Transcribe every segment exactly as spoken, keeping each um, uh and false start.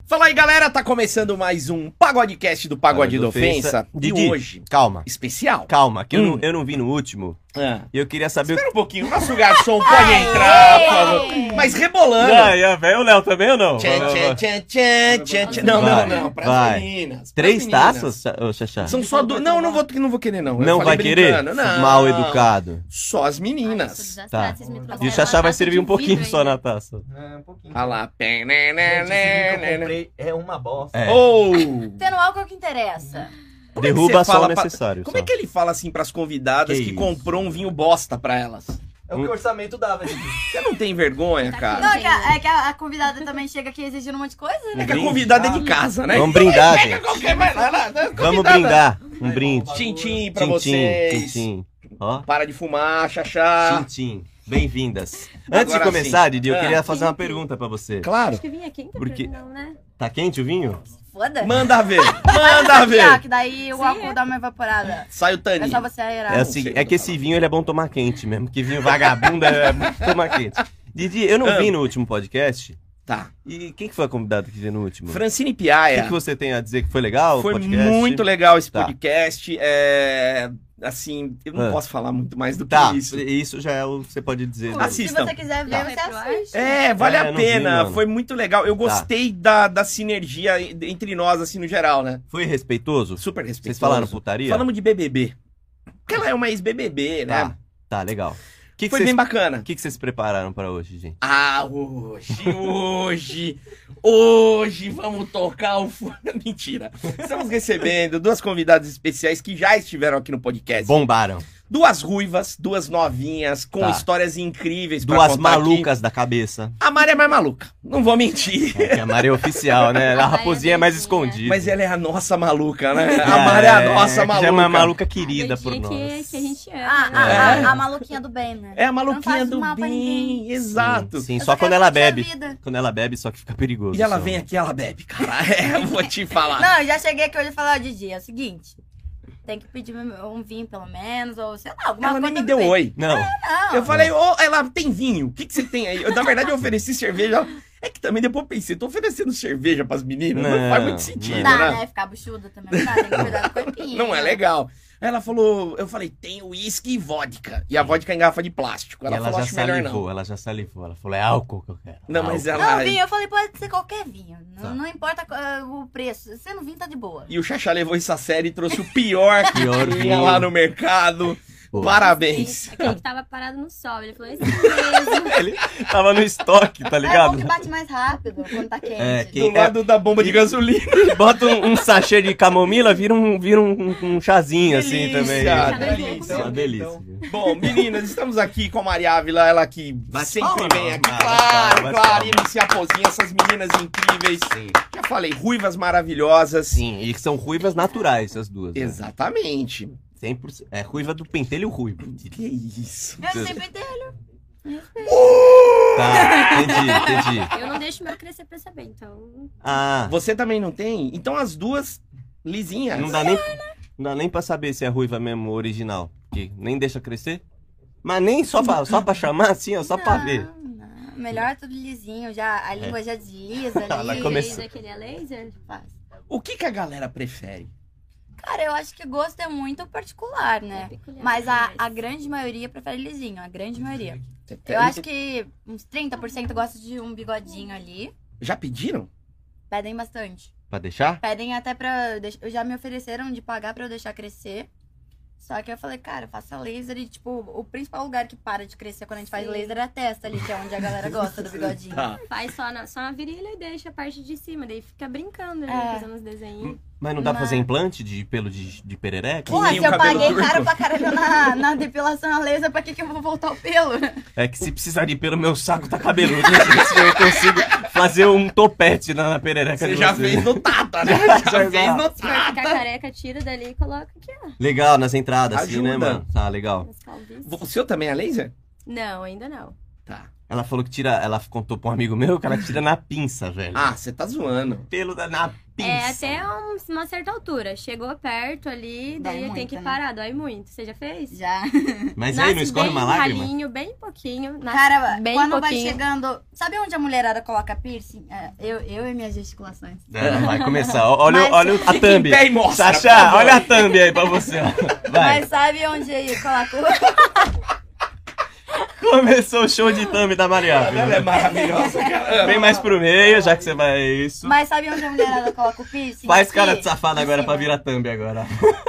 Fala aí, galera, tá começando mais um Pagodecast do Pagode da Ofensa. De hoje, calma. Especial. Calma, que hum. eu, não, eu não vi no último. Ah. E eu queria saber... Espera um pouquinho, o nosso garçom pode entrar, por favor. Mas rebolando. Ah, e velho, o Léo também ou não? Tchan, tchan, tchan, tchan, tchan, tchan. Não, Vai, não, não, pras vai. meninas. Três pras taças, ô Xaxá? São só duas. Não, não vou, não vou querer, não. Eu Não falei vai querer? Não. Mal educado. Só as meninas. Tá. E o Xaxá vai servir um pouquinho só na taça. É, um pouquinho. Olha lá. Gente, esse vinho que eu comprei é uma bosta. É. Oh. Tendo álcool é o que interessa. Como é que Derruba você só o fala pra- necessário. Como só. é que ele fala assim pras convidadas Que que, isso? comprou um vinho bosta pra elas? É o que o orçamento dava, gente. Você não tem vergonha, Não, cara? é que, a, é que a, a convidada também chega aqui exigindo um monte de coisa, né? É que a convidada é de casa, né? Vamos brindar, Pega gente. qualquer... vai lá, lá, Vamos convidada. brindar. Um brinde. Tchim-tchim pra Tchim, vocês. tchim, tchim. Ó. Para de fumar, xaxá. Tchim, tchim. Bem-vindas. Antes Agora de começar, sim. Didi, eu Ah. queria fazer uma pergunta pra você. Claro. Acho que vinha quente, Porque- não, né? Tá quente o vinho? Foda. Manda ver. Manda Ah, ver. que daí o Sim, álcool é. dá uma evaporada. Sai o É taninho. só você aerar. É, assim, é que esse vinho ele é bom tomar quente mesmo, que vinho vagabundo é bom tomar quente. Didi, eu não Ah. vi no último podcast. Tá. E quem que foi a convidada que veio no último? Francine O que, Piaia. que você tem a dizer que foi legal? o Foi podcast? muito legal esse Tá. podcast. É... Assim, eu não Ah. posso falar muito mais do que Tá, isso. isso já é o que você pode dizer. Pô, né? Assistam. Se você quiser ver, Tá. você assiste. É, vale É, a eu não pena. vi, mano. Foi muito legal. Eu gostei da, da sinergia entre nós, assim, no geral, né? Foi respeitoso? Super respeitoso. Vocês falaram putaria? Falamos de B B B. Porque ela é uma ex-B B B, né? Tá, tá, legal. O que, que, Foi vocês, bem bacana. que, que vocês prepararam pra hoje, gente? Ah, hoje, hoje, hoje vamos tocar o... fu- Mentira. Estamos recebendo duas convidadas especiais que já estiveram aqui no podcast. Bombaram. Duas ruivas, duas novinhas, com Tá. histórias incríveis pra Duas contar aqui. malucas da cabeça. A Mari é mais maluca, não vou mentir. É, que a Maria é oficial, né? A raposinha é mais escondida. Mas ela é a nossa maluca, né? A Mari é a nossa que maluca. já é uma maluca querida A por gente nós. que, que a gente ama. Ah, né? a, É. a, a maluquinha do bem, né? É a Não maluquinha faz do mal pra bem, ninguém. exato. Sim, Eu só só quando quero ela curtir a bebe. vida. Quando ela bebe, só que fica perigoso. E ela só. vem aqui, ela bebe, cara. É, eu vou te falar. Não, eu já cheguei aqui hoje e falei, ó, Didi, é o seguinte. Tem que pedir um vinho, pelo menos, ou sei lá, alguma Ela coisa. nem me deu bem. oi. Não. Não. Eu falei, ô, ela tem vinho, o que, que você tem aí? Eu, na verdade, eu ofereci cerveja. É que também depois eu pensei, tô oferecendo cerveja pras meninas, não, Não, faz muito sentido, não. Dá, né? né? Ficar buchuda também. Não dá, tem que cuidar do corpinho. Não é legal. Aí ela falou, eu falei, tem uísque e vodka. E a vodka em garrafa de plástico. E Ela, ela falou, já acho melhor salivou, não. ela já salivou. Ela falou, é álcool que eu quero. Não, mas álcool. ela... Não, vinho, eu falei, pode ser qualquer vinho. Não, Tá. não importa ah, o preço. Sendo vinho, tá de boa. E o Xaxá levou isso a sério e trouxe o pior que Pior tinha vinho. lá no mercado. Pô. Parabéns. Aquele que tava parado no sol. Ele falou, esse mesmo. Ele tava no estoque, tá É bom ligado? que bate mais rápido quando tá quente. É, Do quem- lado da bomba de gasolina. Bota um, um sachê de camomila, vira um, vira um, um- um chazinho assim Delícia, também. delícia. É uma delícia. Então, Bom, meninas, estamos aqui com a Maria Ávila, ela que Bate sempre palma, vem não. aqui. Bate Claro, palma, bate claro, palma. M C Apozinha, essas meninas incríveis. Sim. Já falei, ruivas maravilhosas. Sim, e são ruivas naturais, as duas. né? Exatamente. cem por cento. É ruiva do pentelho ruivo. Que isso? Eu sempre tenho. Tá, entendi, entendi. Eu não deixo o meu crescer pra saber, então... Ah, Você também não tem? Então as duas lisinhas. não dá nem, não dá nem pra saber se é ruiva mesmo original. Porque nem deixa crescer. Mas nem só pra, só pra chamar assim, ó, só pra ver. Não, não. Melhor tudo lisinho, já, a língua já desliza Ela ali. começou. Laser, aquele é laser? Faz. O que, que a galera prefere? Cara, eu acho que gosto é muito particular, É né? peculiar, Mas a, mas- a grande maioria prefere lisinho, a grande maioria. Você tem- Eu acho que uns trinta por cento gosta de um bigodinho ali. Já pediram? Pedem bastante. Pra deixar? Pedem até pra... deix- Já me ofereceram de pagar pra eu deixar crescer. Só que eu falei, cara, faça laser e, tipo, o principal lugar que para de crescer quando a gente faz Sim. laser é a testa ali, que é onde a galera gosta do bigodinho. Tá. Faz só na, só na virilha e deixa a parte de cima. Daí fica brincando ali, É. fazendo os desenhos. Mas não dá pra Mas- fazer implante de pelo de, de perereca? Porra, nem se o eu cabelo paguei turco. caro pra caralho na, na depilação a laser, pra que que eu vou voltar o pelo? É que se precisar de pelo, meu saco tá cabeludo. Se eu consigo fazer um topete na, na perereca Você de já vocês. fez no Tata, né? Já Exato. fez no Se vai ficar Tata. careca, tira dali e coloca aqui, ó. Legal, nas entradas, assim, né, Ajuda. mano? Tá, legal. Nas calvícies. O seu também é laser? Não, ainda não. Tá. Ela falou que tira. Ela contou pra um amigo meu que ela tira na pinça, velho. Ah, você tá zoando. Pelo da, na pinça. É até um- uma certa altura. Chegou perto ali, Dói daí muito, tem que né? parar, dói muito. Você já fez? Já. Mas aí não escorre bem uma lágrima? ralinho, bem pouquinho. Nasce Cara, bem quando vai pouquinho. chegando... Sabe onde a mulherada coloca piercing? É, eu, eu e minhas gesticulações. É, vai começar. Olha, Mas- olha a Fica em thumb. pé e mostra, por Sasha, favor. olha a thumb aí pra você. ó. Vai. Mas sabe onde eu coloco... Começou o show de thumb da Ela é Maria. maravilhosa, cara. Vem mais pro meio, já que você vai isso. Mas sabe onde a mulherada coloca o piercing? Faz Aqui, cara de safado em agora cima. pra virar thumb agora.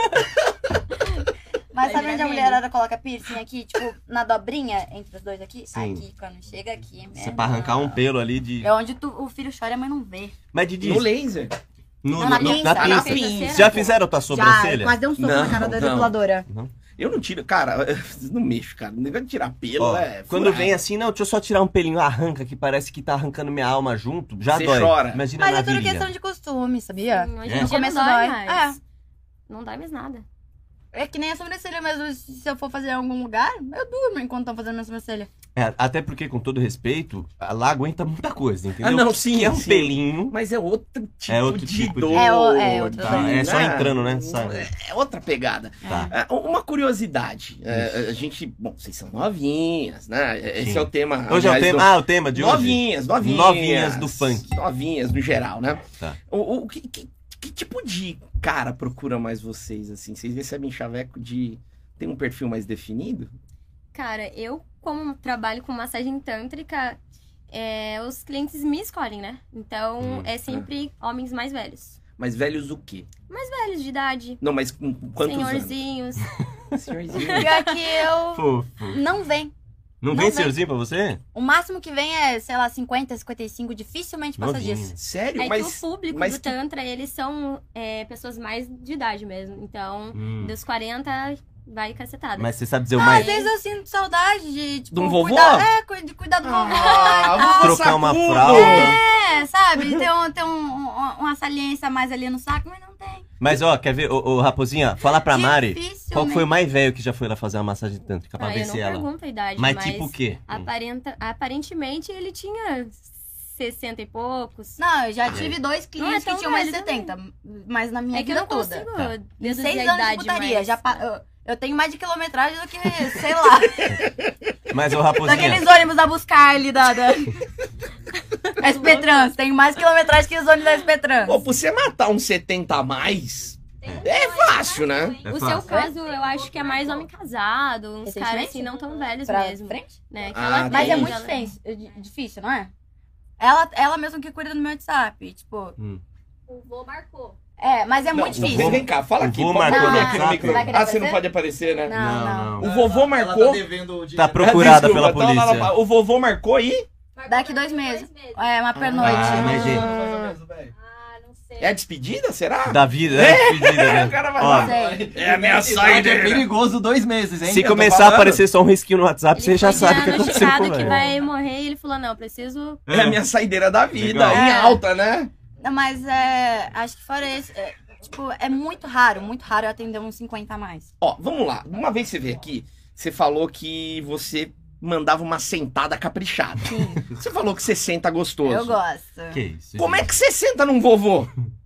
Mas sabe Vai onde a virar mulherada coloca piercing? Aqui, tipo, na dobrinha entre os dois aqui? Sim. Aqui, quando chega aqui. Isso é pra arrancar um pelo ali de. É onde tu- o filho chora e a mãe não vê. Mas Didi, No laser. no, Não, na no- pinça. na Na pinça. pinça. Já fizeram tua sobrancelha? Já, quase deu um soco Não, na cara da não. depiladora. Eu não tiro, cara, não mexo, cara. O negócio de tirar pelo Ó, é. quando furado. vem assim, não, deixa eu só tirar um pelinho, arranca, que parece que tá arrancando minha alma junto, já Você dói. chora. Imagina Mas na é tudo virilha. questão de costume, sabia? Sim, hoje É? em No dia começo não dói dói. mais. Não dói mais nada. É que nem a sobrancelha mesmo. Se eu for fazer em algum lugar, eu durmo enquanto estão fazendo minha sobrancelha. É, até porque, com todo respeito, lá aguenta muita coisa, entendeu? Ah, não, sim, Que é um sim. pelinho. Mas é outro tipo É outro de tipo de- dor. É o- é outro tá? dor. É só entrando, né? Sabe? É, é outra pegada. Tá. É, uma curiosidade. É, a gente. Bom, vocês são novinhas, né? Esse Sim. é o tema. Hoje é o aliás, tema. do- Ah, o tema de hoje. Novinhas, novinhas. Novinhas do funk. Novinhas, no geral, né? Tá. O, o- que, que- que tipo de cara procura mais vocês, assim? Vocês recebem chaveco de... Tem um perfil mais definido? Cara, eu, como trabalho com massagem tântrica, é, os clientes me escolhem, né? Então, Hum, é sempre homens mais velhos. Mais velhos o quê? Velhos de idade, Não, mas com com quantos senhorzinhos. anos? Senhorzinho. Pior que eu Fofo. não vem. Não, Não vem vem. senhorzinho pra você? O máximo que vem é, sei lá, cinquenta, cinquenta e cinco, dificilmente passa Novinho. disso. Sério? É mas... que o público mas do que- Tantra, eles são é, pessoas mais de idade mesmo. Então, Hum. dos quarenta, vai cacetada. Mas você sabe dizer o Ah, mais. às vezes eu sinto saudade de, tipo, De um vovô? cuidar, é, cu- de cuidar do vovô. Ah, e tal. vovô Trocar uma sacudo! fralda. É, sabe? Ter, um, ter um, um- uma saliência a mais ali no saco, mas não tem. Mas ó, quer ver, ô, ô Raposinha, fala pra Mari Dificilmente. qual que foi o mais velho que já foi lá fazer uma massagem tântrica pra Ah, ver eu não se ela. pergunto a idade, Mas, mas, tipo o quê? Hum. aparenta, aparentemente ele tinha sessenta e poucos. Não, eu já tive dois Não clientes é tão que tinham mais de velho setenta, mas na minha É que eu vida não toda. consigo Tá. Em deduzir seis a anos de idade, putaria, mas... já pa- eu, eu tenho mais de quilometragem do que, sei lá, Mas ô Raposinha, daqueles ônibus da Buscar ali da, da... S P Trans. Tenho mais quilometragem que os ônibus da S P Trans. Pô, pra você matar uns setenta a mais, é fácil, né? É O fácil. seu caso, eu acho que é mais homem casado, uns Recentemente? caras assim não tão velhos Pra mesmo. frente? Né? Que Ah, ela Mas tem, é tem, muito ela- difícil, é di- difícil, não é? Ela, ela mesma que cuida do meu WhatsApp, tipo... Hum. O vô marcou. É, mas é Não, muito vem- difícil. Vem cá, fala O aqui. vô pode marcou falar no aqui no WhatsApp. microfone. Vai querer Ah, você não aparecer? pode aparecer, né? Não, Não, não. O vovô marcou. Ela tá devendo o Tá dinheiro. procurada Desculpa, pela tá lá, polícia. lá, lá. O vovô marcou aí? Daqui dois meses. É, uma pernoite. Ah, mas, gente, Mais ou menos, velho. Ah, não sei. É a despedida, será? da vida, é despedida, né? O cara vai Ó, lá. Sei. É a minha Idade saideira. É perigoso dois meses, hein? se Eu tô começar a falando. aparecer só um risquinho no WhatsApp, Ele você já foi sabe o que aconteceu com diagnosticado o que velho. vai morrer e ele falou, não, preciso... É a minha saideira da vida, Legal. em É. alta, né? Não, mas é. Acho que fora esse. É, tipo, é muito raro, muito raro eu atender uns cinquenta a mais. Ó, vamos lá. Uma vez você veio aqui, você falou que você mandava uma sentada caprichada. Você falou que você senta gostoso. Eu gosto. Que isso? Como é que você senta num vovô?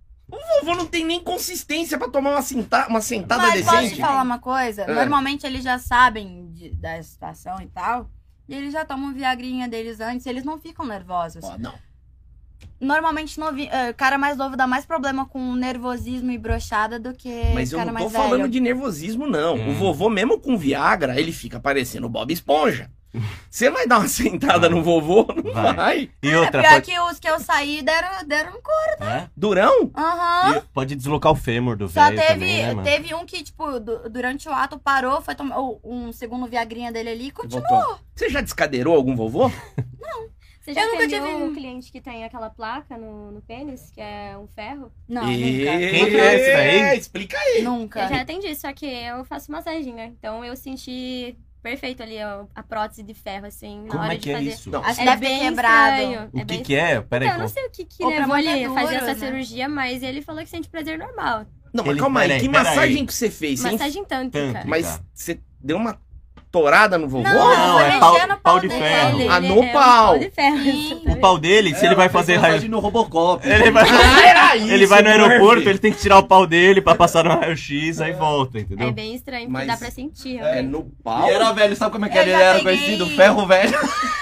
O vovô não tem nem consistência pra tomar uma, senta uma sentada Mas posso te decente. falar uma coisa? É. Normalmente eles já sabem de- da situação e tal. E eles já tomam viagrinha deles antes, e eles não ficam nervosos. Ó, não. Normalmente, novi... eh, cara mais novo dá mais problema com nervosismo e brochada do que Mas eu cara não tô mais falando velho. de nervosismo, não. Hum. O vovô, mesmo com Viagra, ele fica parecendo o Bob Esponja. Você vai dar uma sentada no vovô? Não Vai. vai. E É outra, pior pode... que os que eu saí deram, deram um cor. É? Durão? Aham. E pode deslocar o fêmur do Só velho teve, também, né, mano? teve um que, tipo, du- durante o ato parou, foi tomar o- um segundo viagrinha dele ali e continuou. Voltou. Você já descadeirou algum vovô? Você já Eu nunca atendeu tive- um cliente que tem aquela placa no, no pênis, que é um ferro? Não, E- nunca. Quem que é esse daí? Explica aí. Nunca. Eu já atendi, só que eu faço massagem, né? Então eu senti perfeito ali ó, a prótese de ferro, assim, na Como hora é de que é fazer. isso? Não. Acho que É deve ter bem quebrado. estranho. O é que bem... que é? Peraí, Então, eu não como- sei o que, que Ou pra levou ele a manter fazer duro, essa né? cirurgia, mas ele falou que sente prazer normal. Não, mas Ele- calma aí. peraí, Que peraí. massagem que você fez? Você Massagem tântrica. Tântrica. Mas você deu uma torada no vovô? Não, Não, foi é mexer pau- no pau pau de dele. ferro. Ele Ah, no é um pau. de ferro. Sim. exatamente. O pau dele, se ele vai fazer raio... no Robocop. Ele vai, Ah, era isso, ele vai no Murphy. aeroporto, ele tem que tirar o pau dele pra passar no raio-x, aí volta, entendeu? É bem estranho, porque Mas- dá pra sentir. É realmente. no pau? E era velho, sabe como é que Eu ele já era peguei- conhecido? Ferro velho.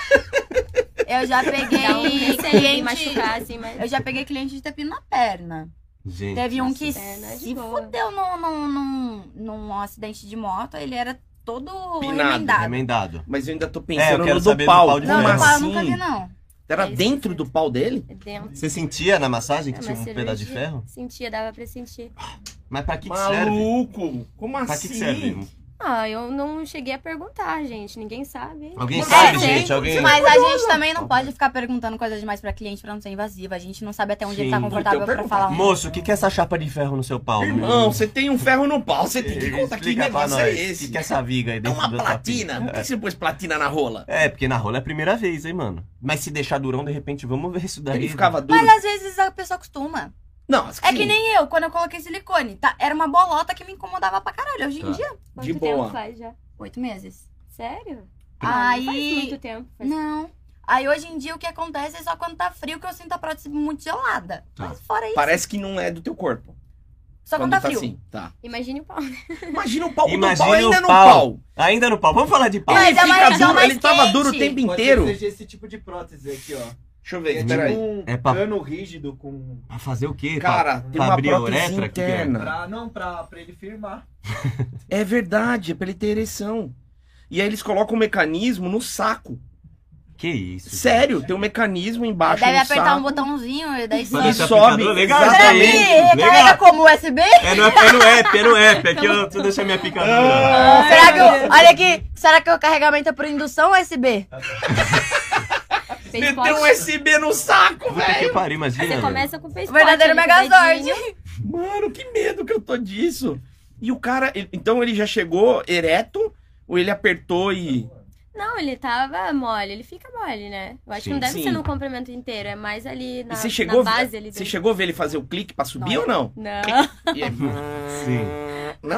Eu já Dá um peguei receio de cliente. machucar, assim, mas... Eu já peguei cliente de ter pino na perna. Gente, Teve um nossa. que É, não é de se boa. fudeu num, num, num, num acidente de moto, ele era todo Pinado, remendado. Remendado. Mas eu ainda tô É, eu pensando quero no saber do do pau. pau de Não, Como ferro. no pau eu assim? nunca vi, não. Era É isso, dentro é. do pau dele? É dentro. Você sentia na massagem que É tinha uma um pedaço de cirurgia. ferro? Sentia, dava pra sentir. Mas pra que, que serve? Maluco! Como assim? Pra que, que serve? Ah, eu não cheguei a perguntar, gente. Ninguém sabe. hein? Alguém Mas sabe, é, gente? Alguém... Mas a gente também não pode ficar perguntando coisas demais pra cliente pra não ser invasiva. A gente não sabe até onde ele tá Sim. confortável Puta, eu pra pergunto. falar. Moço, o que, que é essa chapa de ferro no seu pau? Irmão, você tem um ferro no pau, você tem que contar que Explica pra negócio nós. é O que, esse. que é essa viga aí É dentro uma da sua platina? pica? Por que você pôs platina na rola? É, porque na rola é a primeira vez, hein, mano? Mas se deixar durão, de repente, vamos ver isso daí. Ele ficava duro. Mas às vezes a pessoa acostuma. Não, É que nem eu, quando eu coloquei silicone. Tá? Era uma bolota que me incomodava pra caralho. Hoje em Tá. dia, Quanto de tempo boa. faz já? oito meses. Sério? Aí- Não, não faz muito tempo. Faz... Não. Aí hoje em dia o que acontece é só quando tá frio que eu sinto a prótese muito gelada. Tá. Mas fora isso, Parece que não é do teu corpo. só quando, quando tá frio. assim. Tá. Imagine o pau. Imagina o pau, o do Imagina pau ainda o no pau. pau. Ainda no pau. Vamos falar de pau. Mas Ele é mais- fica é duro, mais ele tava quente. duro o tempo Pode inteiro. ser esse tipo de prótese aqui, ó. Deixa eu ver, É espera tipo aí. um É pra- cano rígido com... Pra fazer o quê? Cara, pra, tem pra uma abrir a prótese uretra? Que que é? interna. Pra, não, pra, pra ele firmar. É verdade, é pra ele ter ereção. E aí eles colocam um mecanismo no saco. Que isso? Sério, tem um mecanismo embaixo Deve no apertar saco. um botãozinho e daí Pra sobe. deixar sobe. picador. Legal isso Exatamente. aí. Aí, carrega Legal. como U S B? É no, é no app, é no app. Aqui eu tô deixando minha picadura. Ah, Será que eu, olha aqui, será que o carregamento é por indução ou U S B? Fez Meteu pote. um U S B no saco, Puta que velho. pariu, imagina. Você velho. começa com o face O verdadeiro pote ali, com o Megazord. dedinho. Mano, que medo que eu tô disso. E o cara, ele- então ele já chegou ereto ou ele apertou e... Não, ele tava mole. Ele fica mole, né? Eu acho Sim. que não deve Sim. ser no comprimento inteiro. É mais ali na, e você chegou, na a base ver, ali. você do- chegou a ver ele fazer o clique pra subir Não. ou não? Não. E aí- Sim. Não?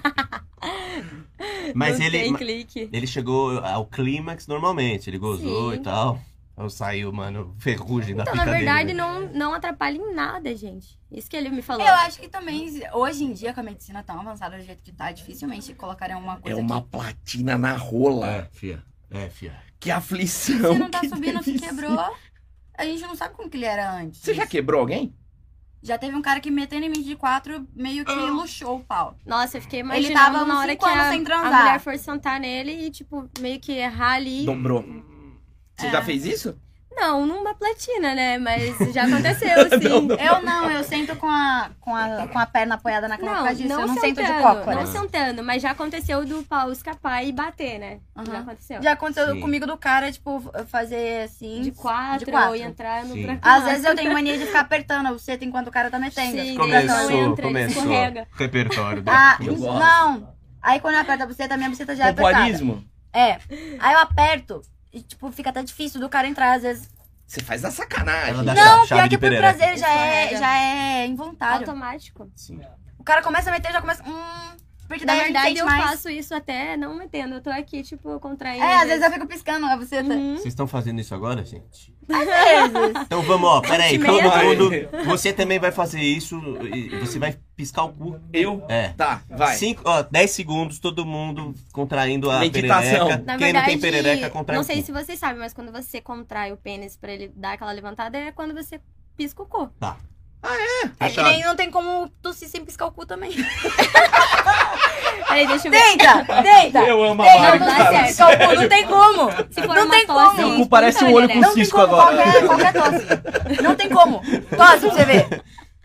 Mas não ele, tem ma- clique. ele chegou ao clímax normalmente. Ele gozou Sim. e tal. Então saiu, mano, ferrugem da Então, na pica dele, verdade, né? não, não atrapalha em nada, gente. Isso que ele me falou. Eu acho que também, hoje em dia, com a medicina tão avançada do jeito que tá, dificilmente colocarem uma É coisa uma que platina na rola. É, fia. É, fia. Que aflição. você não tá que subindo, se delícia. quebrou. A gente não sabe como que ele era antes. Você já quebrou alguém? Já teve um cara que metendo em mim de quatro, meio que luxou o pau. Nossa, eu fiquei Ele imaginando tava uns na hora cinco que anos a, sem a transar. mulher for sentar nele e, tipo, meio que errar ali. Dobrou. Você É. já fez isso? Não, numa platina, né? Mas já aconteceu, sim. Não, não. Eu não, eu sento com a, com a, com a perna apoiada na cama por Não, causa disso. não, eu não sentando, sento de cócoras. não sentando, mas já aconteceu do pau escapar e bater, né? Aham. Já aconteceu. Já aconteceu Sim. comigo do cara, tipo, fazer assim. De quatro, de quatro. ou entrar no Sim. tranquilo. Às vezes eu tenho mania de ficar apertando a buceta enquanto o cara tá metendo. Sim, Então, Começou, Começou, entra, ele começou. escorrega. Repertório da Ah, Eu gosto. não. Aí quando eu aperto a buceta, a minha buceta já é apertada. Pompoarismo? É. Aí eu aperto e, tipo, fica até difícil do cara entrar, às vezes. Você faz a sacanagem. Ela dá Não, chave, chave pior de que por perereca. prazer já é, Escorrega. já é involuntário. Automático. Sim. O cara começa a meter, já começa. Hum, porque Na daí a gente verdade, sente eu mais. faço isso até não metendo. Eu tô aqui, tipo, contraindo. É, às vezes eu fico piscando a buceta. Uhum. Vocês estão fazendo isso agora, gente? Às vezes. Então vamos, ó, peraí, Meia todo vez. mundo. Você também vai fazer isso e você vai piscar o cu. Eu? É. Tá, vai. Cinco, ó, dez segundos, todo mundo contraindo a Meditação. perereca. Na Quem verdade, não tem perereca, contrai não o sei cu. se vocês sabem, mas quando você contrai o pênis pra ele dar aquela levantada, é quando você pisca o cu. Tá. É que nem não tem como tossir sem piscar o cu também. Peraí, deixa eu ver. Tenta, tenta. Eu amo a Tenta, Mari, não cara. dá certo. Piscar o cu, não tem como. Se for Não uma tem tosse, como. Meu cu parece um olho com Não tem cisco como, agora. qualquer, qualquer tosse. Não tem como. Tosse pra você ver.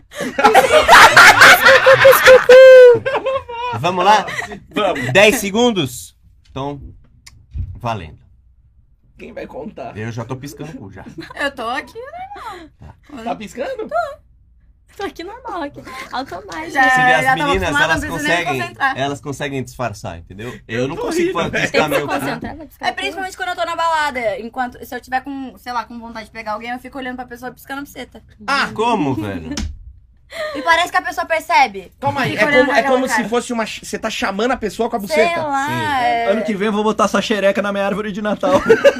Vamos lá? Vamos. dez segundos? Então, valendo. Quem vai contar? Eu já tô piscando o cu já. Eu tô aqui. Tá piscando? Tô aqui normal, aqui. Automático. Já- Você vê, as já tava meninas, acostumada, elas não precisa nem me conseguem, concentrar. elas conseguem disfarçar, entendeu? Eu, Eu não tô consigo rindo, velho. piscar Tem que se meu cu. concentrar pra piscar É o cu. principalmente quando eu tô na balada. Enquanto, se eu tiver com, sei lá, com vontade de pegar alguém, eu fico olhando pra pessoa piscando a buceta. Ah, Como, velho? E parece que a pessoa percebe. Calma aí, Fica é olhando como, pra é como aquela se cara. fosse uma... Você tá chamando a pessoa com a Sei buceta. lá. É, Ano que vem eu vou botar sua xereca na minha árvore de Natal.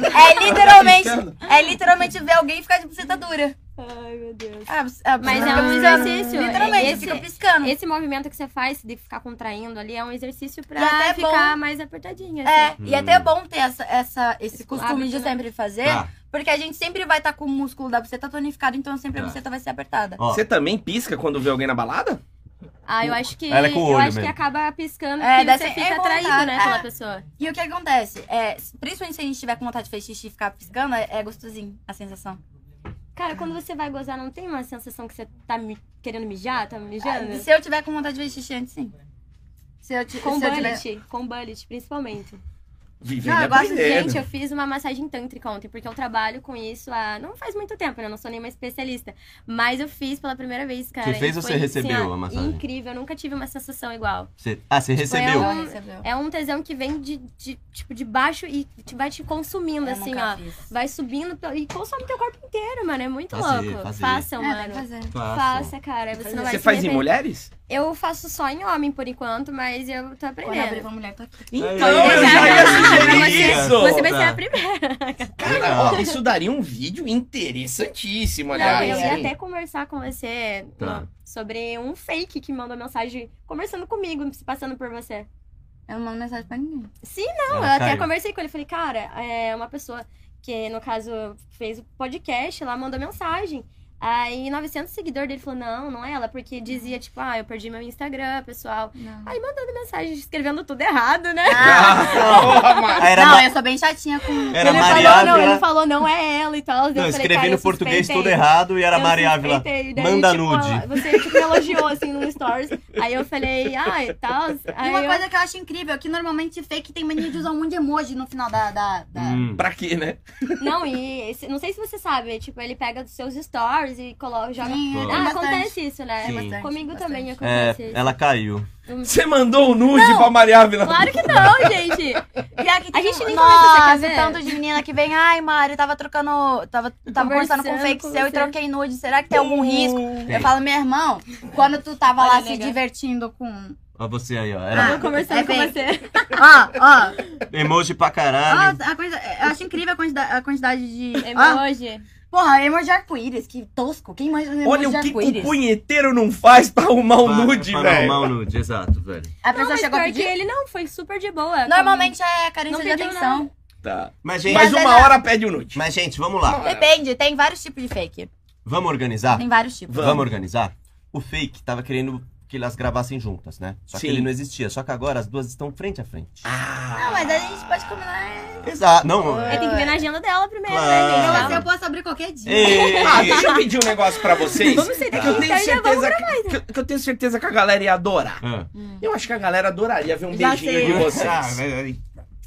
é literalmente. É literalmente ver alguém ficar de buceta dura. Ai, meu Deus. Ah, a- a Mas buceta é um fica piscando. exercício. Literalmente, Esse- fica piscando. Esse movimento que você faz de ficar contraindo ali é um exercício pra E até é ficar bom. mais apertadinha. É, assim. e até é bom ter essa, essa, esse Esse costume hábito, de né? sempre fazer, Tá. porque a gente sempre vai estar com o músculo da buceta tonificado, então sempre a Tá. buceta vai ser apertada. Ó, Você também pisca quando vê alguém na balada? Ah, eu acho que. Ela é com o eu olho acho que mesmo. acaba piscando É, porque deve você ser- fica é atraído, vontade, né, é. pela pessoa. E o que acontece? É, principalmente se a gente tiver com vontade de fazer xixi e ficar piscando, é, é gostosinho a sensação. Cara, quando você vai gozar, não tem uma sensação que você tá mi- querendo mijar, tá mijando? Se eu tiver com vontade de fazer xixi antes, sim. Se eu, ti- Com se eu tiver... bullet, com bullet, principalmente. Vivendo Não, eu gosto de aprendendo. Gente, eu fiz uma massagem tântrica ontem, porque eu trabalho com isso há... Não faz muito tempo, né? Eu não sou nenhuma especialista. Mas eu fiz pela primeira vez, cara. Você fez e ou foi, você recebeu assim, ó, a massagem? Incrível, eu nunca tive uma sensação igual. você... Ah, você recebeu. Foi Ela um- recebeu. É um tesão que vem de, de, tipo, de baixo e te- vai te consumindo, Eu assim, nunca ó. fiz. Vai subindo pe- e consome teu corpo inteiro, mano. É muito Fazer, louco. fazer. Façam, É, tem mano. que fazer. Façam. Faça, cara. Você não vai Você se faz em arrepender. mulheres? Eu faço só em homem, por enquanto, mas eu tô Quando abrir aprendendo. pra mulher, tô aqui. Então, Aí, eu aí, já ia aí, sugerir aí, isso. Você vai ser Tá. a primeira. Cara, ó, isso daria um vídeo interessantíssimo, Não, aliás. eu ia hein? até conversar com você Tá. no- sobre um fake que mandou mensagem conversando comigo, se passando por você. Eu não mando mensagem pra ninguém. Sim, não, Ela eu até caiu. conversei com ele. Falei, cara, é uma pessoa que, no caso, fez o podcast lá, mandou mensagem. Aí, novecentos seguidores dele falou, não, não é ela, porque dizia, tipo, ah, eu perdi meu Instagram, pessoal. Não. Aí, mandando mensagem, escrevendo tudo errado, né? Ah, porra, mano. Ah, era não, Ma- eu sou bem chatinha com... Era ele Maria falou, não, Ávila. ele falou, não é ela e tal. Eu Não, falei, escrevi cara, no eu português suspeitei. tudo errado e era Eu Maria Ávila. suspeitei. Daí, Manda tipo, nude. Você, tipo, me elogiou, assim, no stories. Aí eu falei, ah, e tal. E Aí uma eu... coisa que eu acho incrível é que normalmente fake tem mania de usar um monte de emoji no final da... da, da... Hum. Pra quê, né? Não, e esse- não sei se você sabe, tipo, ele pega dos seus stories e coloca, joga... Sim, Pô. tem Ah, bastante. acontece isso, né? Sim. Bastante, Comigo bastante. também É, acontece isso. ela caiu. Você mandou o nude Não. pra Maria Ávila? Claro que não, gente. Pior que A tem gente um- nem Nossa, conversa, você quer ver? tanto de menina que vem, ai, Mari, tava trocando, tava, tava conversando com um fake com seu você. e troquei nude, será que tem algum risco? Tem. Eu falo, meu irmão, quando tu tava Olha, lá se nega. divertindo com... Ó você aí, ó. Eu Era vou conversando é com fake. você. Ó, ó, emoji pra caralho. ó, a coisa, eu acho incrível a quantidade, a quantidade de... Ó, Emoji. porra, emoji de arco-íris, que tosco, quem mais usa emoji Olha de o que, que o arco-íris? punheteiro não faz pra arrumar o Pra- nude, pra velho. arrumar o nude, exato, velho. A Não, pessoa mas chegou a pior que pedir? ele não, foi super de boa. Normalmente é carência Não de pediu atenção. Tá. Mas, gente, Mas Às uma vezes- hora pede o nude. mas, gente, vamos lá. Depende, tem vários tipos de fake. Vamos organizar? Tem vários tipos. Vamos. Vamos organizar? O fake tava querendo que elas gravassem juntas, né? Só Sim. que ele não existia. Só que agora as duas estão frente a frente. Ah. Não, mas a gente pode combinar. Exato. Não. Aí tem que ver na agenda dela primeiro, Claro. né, gente? Eu, Calma. assim, eu posso abrir qualquer dia. Ei. Ah, deixa eu pedir um negócio pra vocês. Vamos sentar que eu aqui, tenho então já vamos certeza que, que- que eu tenho certeza que a galera ia adorar. Ah. Eu acho que a galera adoraria ver um Já beijinho sei. de vocês. Ah, vai-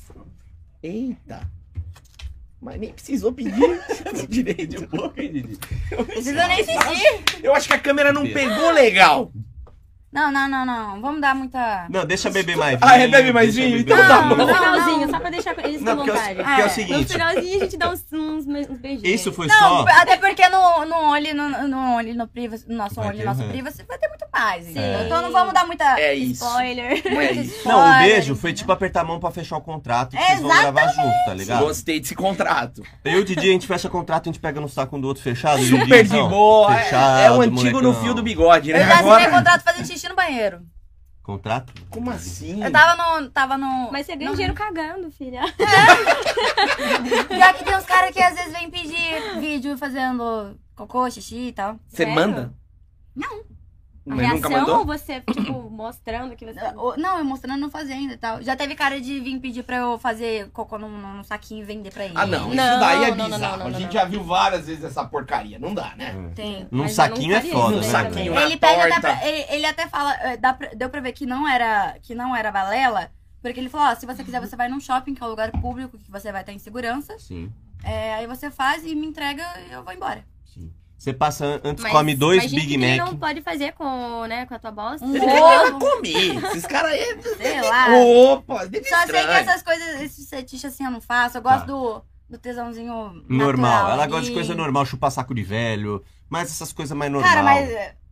Eita. Mas nem precisou pedir direito de boca, hein, Didi? Eu, Precisa nem insistir. eu acho que a câmera não pegou legal. Não, não, não, não. Vamos dar muita. Não, deixa beber mais Ah, é, bebe mais deixa vinho? beber Então tá mais bom. No vinho. finalzinho, só pra deixar eles Não, com porque, é o- vontade. porque é o É, No seguinte, finalzinho a gente dá uns, uns, uns beijinhos. isso foi Não, só... até porque no, no olho, no, no olho, no privacy, no nosso Vai olho, ter, no nosso né? privacy, vai ter muito mais. entendeu? É. Então não vamos dar muita. É isso. Spoiler. É Muito isso. Não, o spoiler, beijo foi entendeu? tipo apertar a mão pra fechar o contrato que vocês vão gravar junto, tá ligado? Gostei desse contrato. Eu e o Didi, a gente fecha contrato, a gente pega no saco um do outro fechado. Super de Didizão, boa. É- Fechado, é o antigo no molecão. fio do bigode, né? Eu já assinei Agora... contrato fazendo xixi no banheiro. Contrato? Como assim? Eu tava no. Tava no. Mas você ganha no- dinheiro cagando, filha. Pior que tem uns caras que às vezes vêm pedir vídeo fazendo cocô, xixi e tal. Você Sério? manda? Não. A Mas nunca reação mandou? ou você, tipo, mostrando que você... Eu- Não, eu mostrando não fazendo e tal. Já teve cara de vir pedir pra eu fazer cocô num, num saquinho e vender pra ele. Ah, não. Isso Não, daí é não, não, bizarro. não, não, a gente não. já viu várias vezes essa porcaria. Não dá, né? Tem. Num Mas eu saquinho não é faria foda, isso né? também. Saquinho. Ele na pega até torta. pra, ele, ele até fala, eh, dá pra- deu pra ver que não era, que não era balela, porque ele falou, ó, se você quiser você vai num shopping, que é um lugar público, que você vai estar em segurança, Sim, é, aí você faz e me entrega e eu vou embora. sim. Você passa, an- antes Mas come dois imagina Big que ele Mac. não pode fazer com, né, com a tua bosta. Um Ele vai ovo, comer. Esses caras aí... sei lá. Opa, deve Só sei que estranho. essas coisas, esses fetiches assim eu não faço, eu gosto Tá. do, do tesãozinho Normal. natural Ela ali. gosta de coisa normal, chupar saco de velho. Mas essas coisas mais normais. Cara, mas... eh,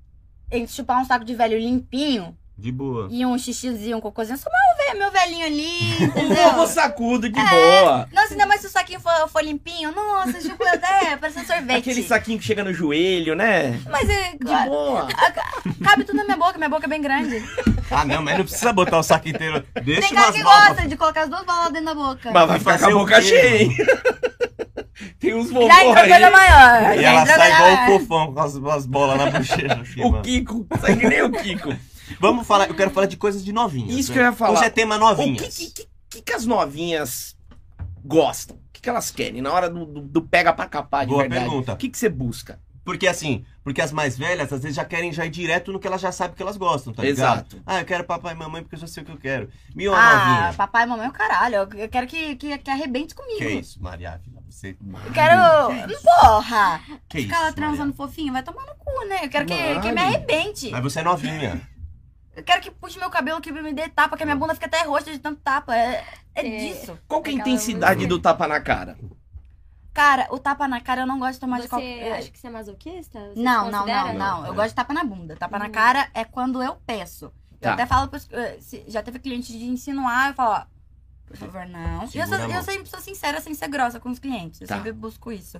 em chupar um saco de velho limpinho De boa. e um xixizinho, um cocôzinho, só meu, velho, meu velhinho ali, Um entendeu? ovo sacudo de boa. Nossa, ainda mais se o saquinho for, for limpinho. Nossa, tipo, até parece um sorvete. Aquele saquinho que chega no joelho, né? Mas é, De boa. cabe tudo na minha boca, minha boca é bem grande. Ah, não, mas não precisa botar o saco inteiro. Deixa Tem cara umas que balas. gosta de colocar as duas balas dentro da boca. Mas vai ficar com Fazer a o boca quê? cheia, hein? Tem uns vovô Já entrou coisa aí. maior. E já ela entrou sai coisa igual maior. o fofão com as, as bolas na bochecha. Aqui, O mano. Kiko. Sai que nem o Kiko. Vamos falar, eu quero falar de coisas de novinhas. Isso né? que eu ia falar. Hoje é tema O novinhas. que, que, que, que as novinhas gostam? O que, que elas querem? Na hora do, do, do pega pra capar de Boa verdade. pergunta. O que, que você busca? Porque assim, porque as mais velhas, às vezes já querem já ir direto no que elas já sabem que elas gostam, tá ligado? Exato. Ah, eu quero papai e mamãe porque eu já sei o que eu quero. E uma Ah, novinha. papai e mamãe é o caralho. Eu eu quero que, que, que arrebente comigo. Que isso, Maria Ávila, você... Eu quero. Porra! Que Ficar lá isso, transando Maria? fofinho, vai tomar no cu, né? Eu quero que, Mari. que me arrebente. Mas você é novinha. Eu quero que puxe meu cabelo, que me dê tapa, que a minha bunda fica até roxa de tanto tapa. É, é É. disso. Qual que é a Aquela intensidade música. do tapa na cara? Cara, o tapa na cara eu não gosto de tomar de Você qualquer. acha que você é masoquista? Você Não, se não, considera? não, não. Eu É. gosto de tapa na bunda. Tapa na Uhum. cara é quando eu peço. Tá. Eu até falo pros. eh, se- Já teve cliente de insinuar, eu falo, ó, por favor, não. E eu, Segura sou, a eu mão. sempre sou sincera sem ser grossa com os clientes. Eu Tá. sempre busco isso.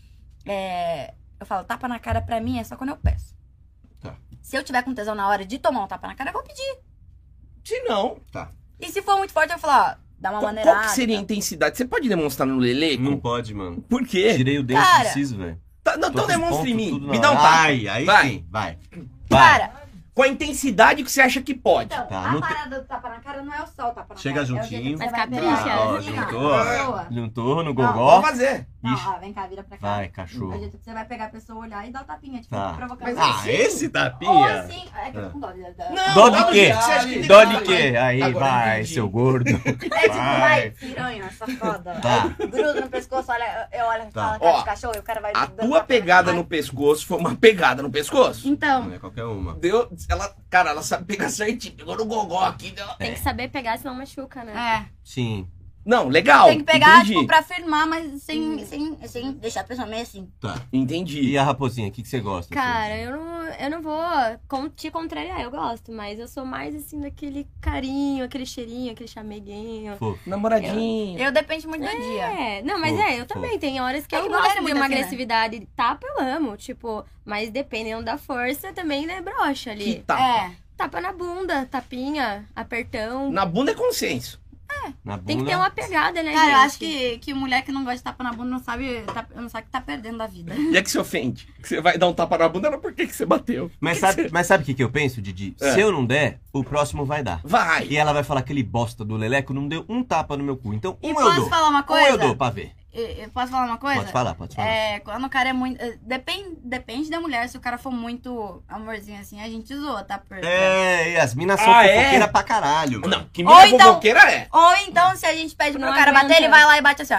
É, eu falo, tapa na cara pra mim é só quando eu peço. Tá. Se eu tiver com tesão na hora de tomar um tapa na cara, eu vou pedir. Se não, E se for muito forte, eu vou falar, ó, dá uma qual, maneirada. qual que seria a intensidade? Você pode demonstrar no Leleco? Não pode, mano. Por quê? Tirei o dente Cara. do siso, velho. Tá, não, então Todos os demonstra em pontos, mim. tudo Me na dá um hora. tapa. Vai, aí Vai. sim, vai. Cara, Com a intensidade que você acha que pode. então, Tá, a não tem- parada do tapa na cara não é o sol tapa na Chega cara. é o jeito juntinho. que você Mas vai capricha. pegar. Ó, Assim, ó. juntou. Boa. Juntou no Não, gogó. Vamos fazer. Não, Ixi. ó, vem cá, vira pra cá. Vai, É o cachorro. jeito que você vai pegar a pessoa, olhar e dar o tapinha, tipo, Tá. provocando. Mas Ah, assim- esse Ou tapinha? assim, é que eu tô com dó. da- da- Não, Dó dá de um quê? jeito, você acha que tem Dó que de dar, quê? vai. Aí Agora vai, entendi. seu gordo. É tipo, vai, Vai. piranha, safada. Tá. Aí, gruda no pescoço, olha, eu olho e Tá. falo, cara Ó, de cachorro, e o cara vai... A dando tua tapinha, pegada vai. no pescoço foi uma pegada no pescoço. Então, Não é qualquer uma. Deu, ela, cara, ela sabe pegar certinho. Pegou no gogó aqui. Deu... Tem que saber pegar, senão machuca, né? é, Sim. Não, legal. tem que pegar, entendi. tipo, pra firmar, mas sem, sem, sem deixar a pessoa meio assim. Tá. Entendi. E a raposinha, o que, que você gosta? Cara, eu não, eu não vou con- te contrariar, eu gosto, mas eu sou mais assim daquele carinho, aquele cheirinho, aquele chameguinho. Fofo. Namoradinho. Eu depende muito do dia. É, não, mas Fofo, é, eu também. Tem horas que É eu que mulher é gosto de muito uma assim, né? agressividade. Tapa, eu amo, tipo, mas dependendo da força, também, né, brocha ali. Que tapa. É. Tapa na bunda, tapinha, apertão. Na bunda é consenso. Na bunda. Tem que ter uma pegada, né, Cara, gente? eu acho que, que mulher que não gosta de tapa na bunda não sabe, tá, não sabe que tá perdendo da vida. E é que se ofende. Que você vai dar um tapa na bunda, não por que que você bateu. Mas sabe, mas sabe o que, que eu penso, Didi? É. Se eu não der, o próximo vai dar. Vai. E ela vai falar, aquele bosta do Leleco não deu um tapa no meu cu. Então, um E eu posso dou. falar uma Um coisa? eu dou pra ver. Eu- eu posso falar uma coisa? Pode falar, pode falar. É, quando o cara é muito. eh, Depende, depende da mulher. Se o cara for muito amorzinho assim, a gente zoa, tá? Por... É, e as minas são Ah, é? fofoqueiras pra caralho. Mano. Não, que Ou minha então- fofoqueira é. Ou então, se a gente pede pro Não cara bater, aguenta. ele vai lá e bate assim, ó.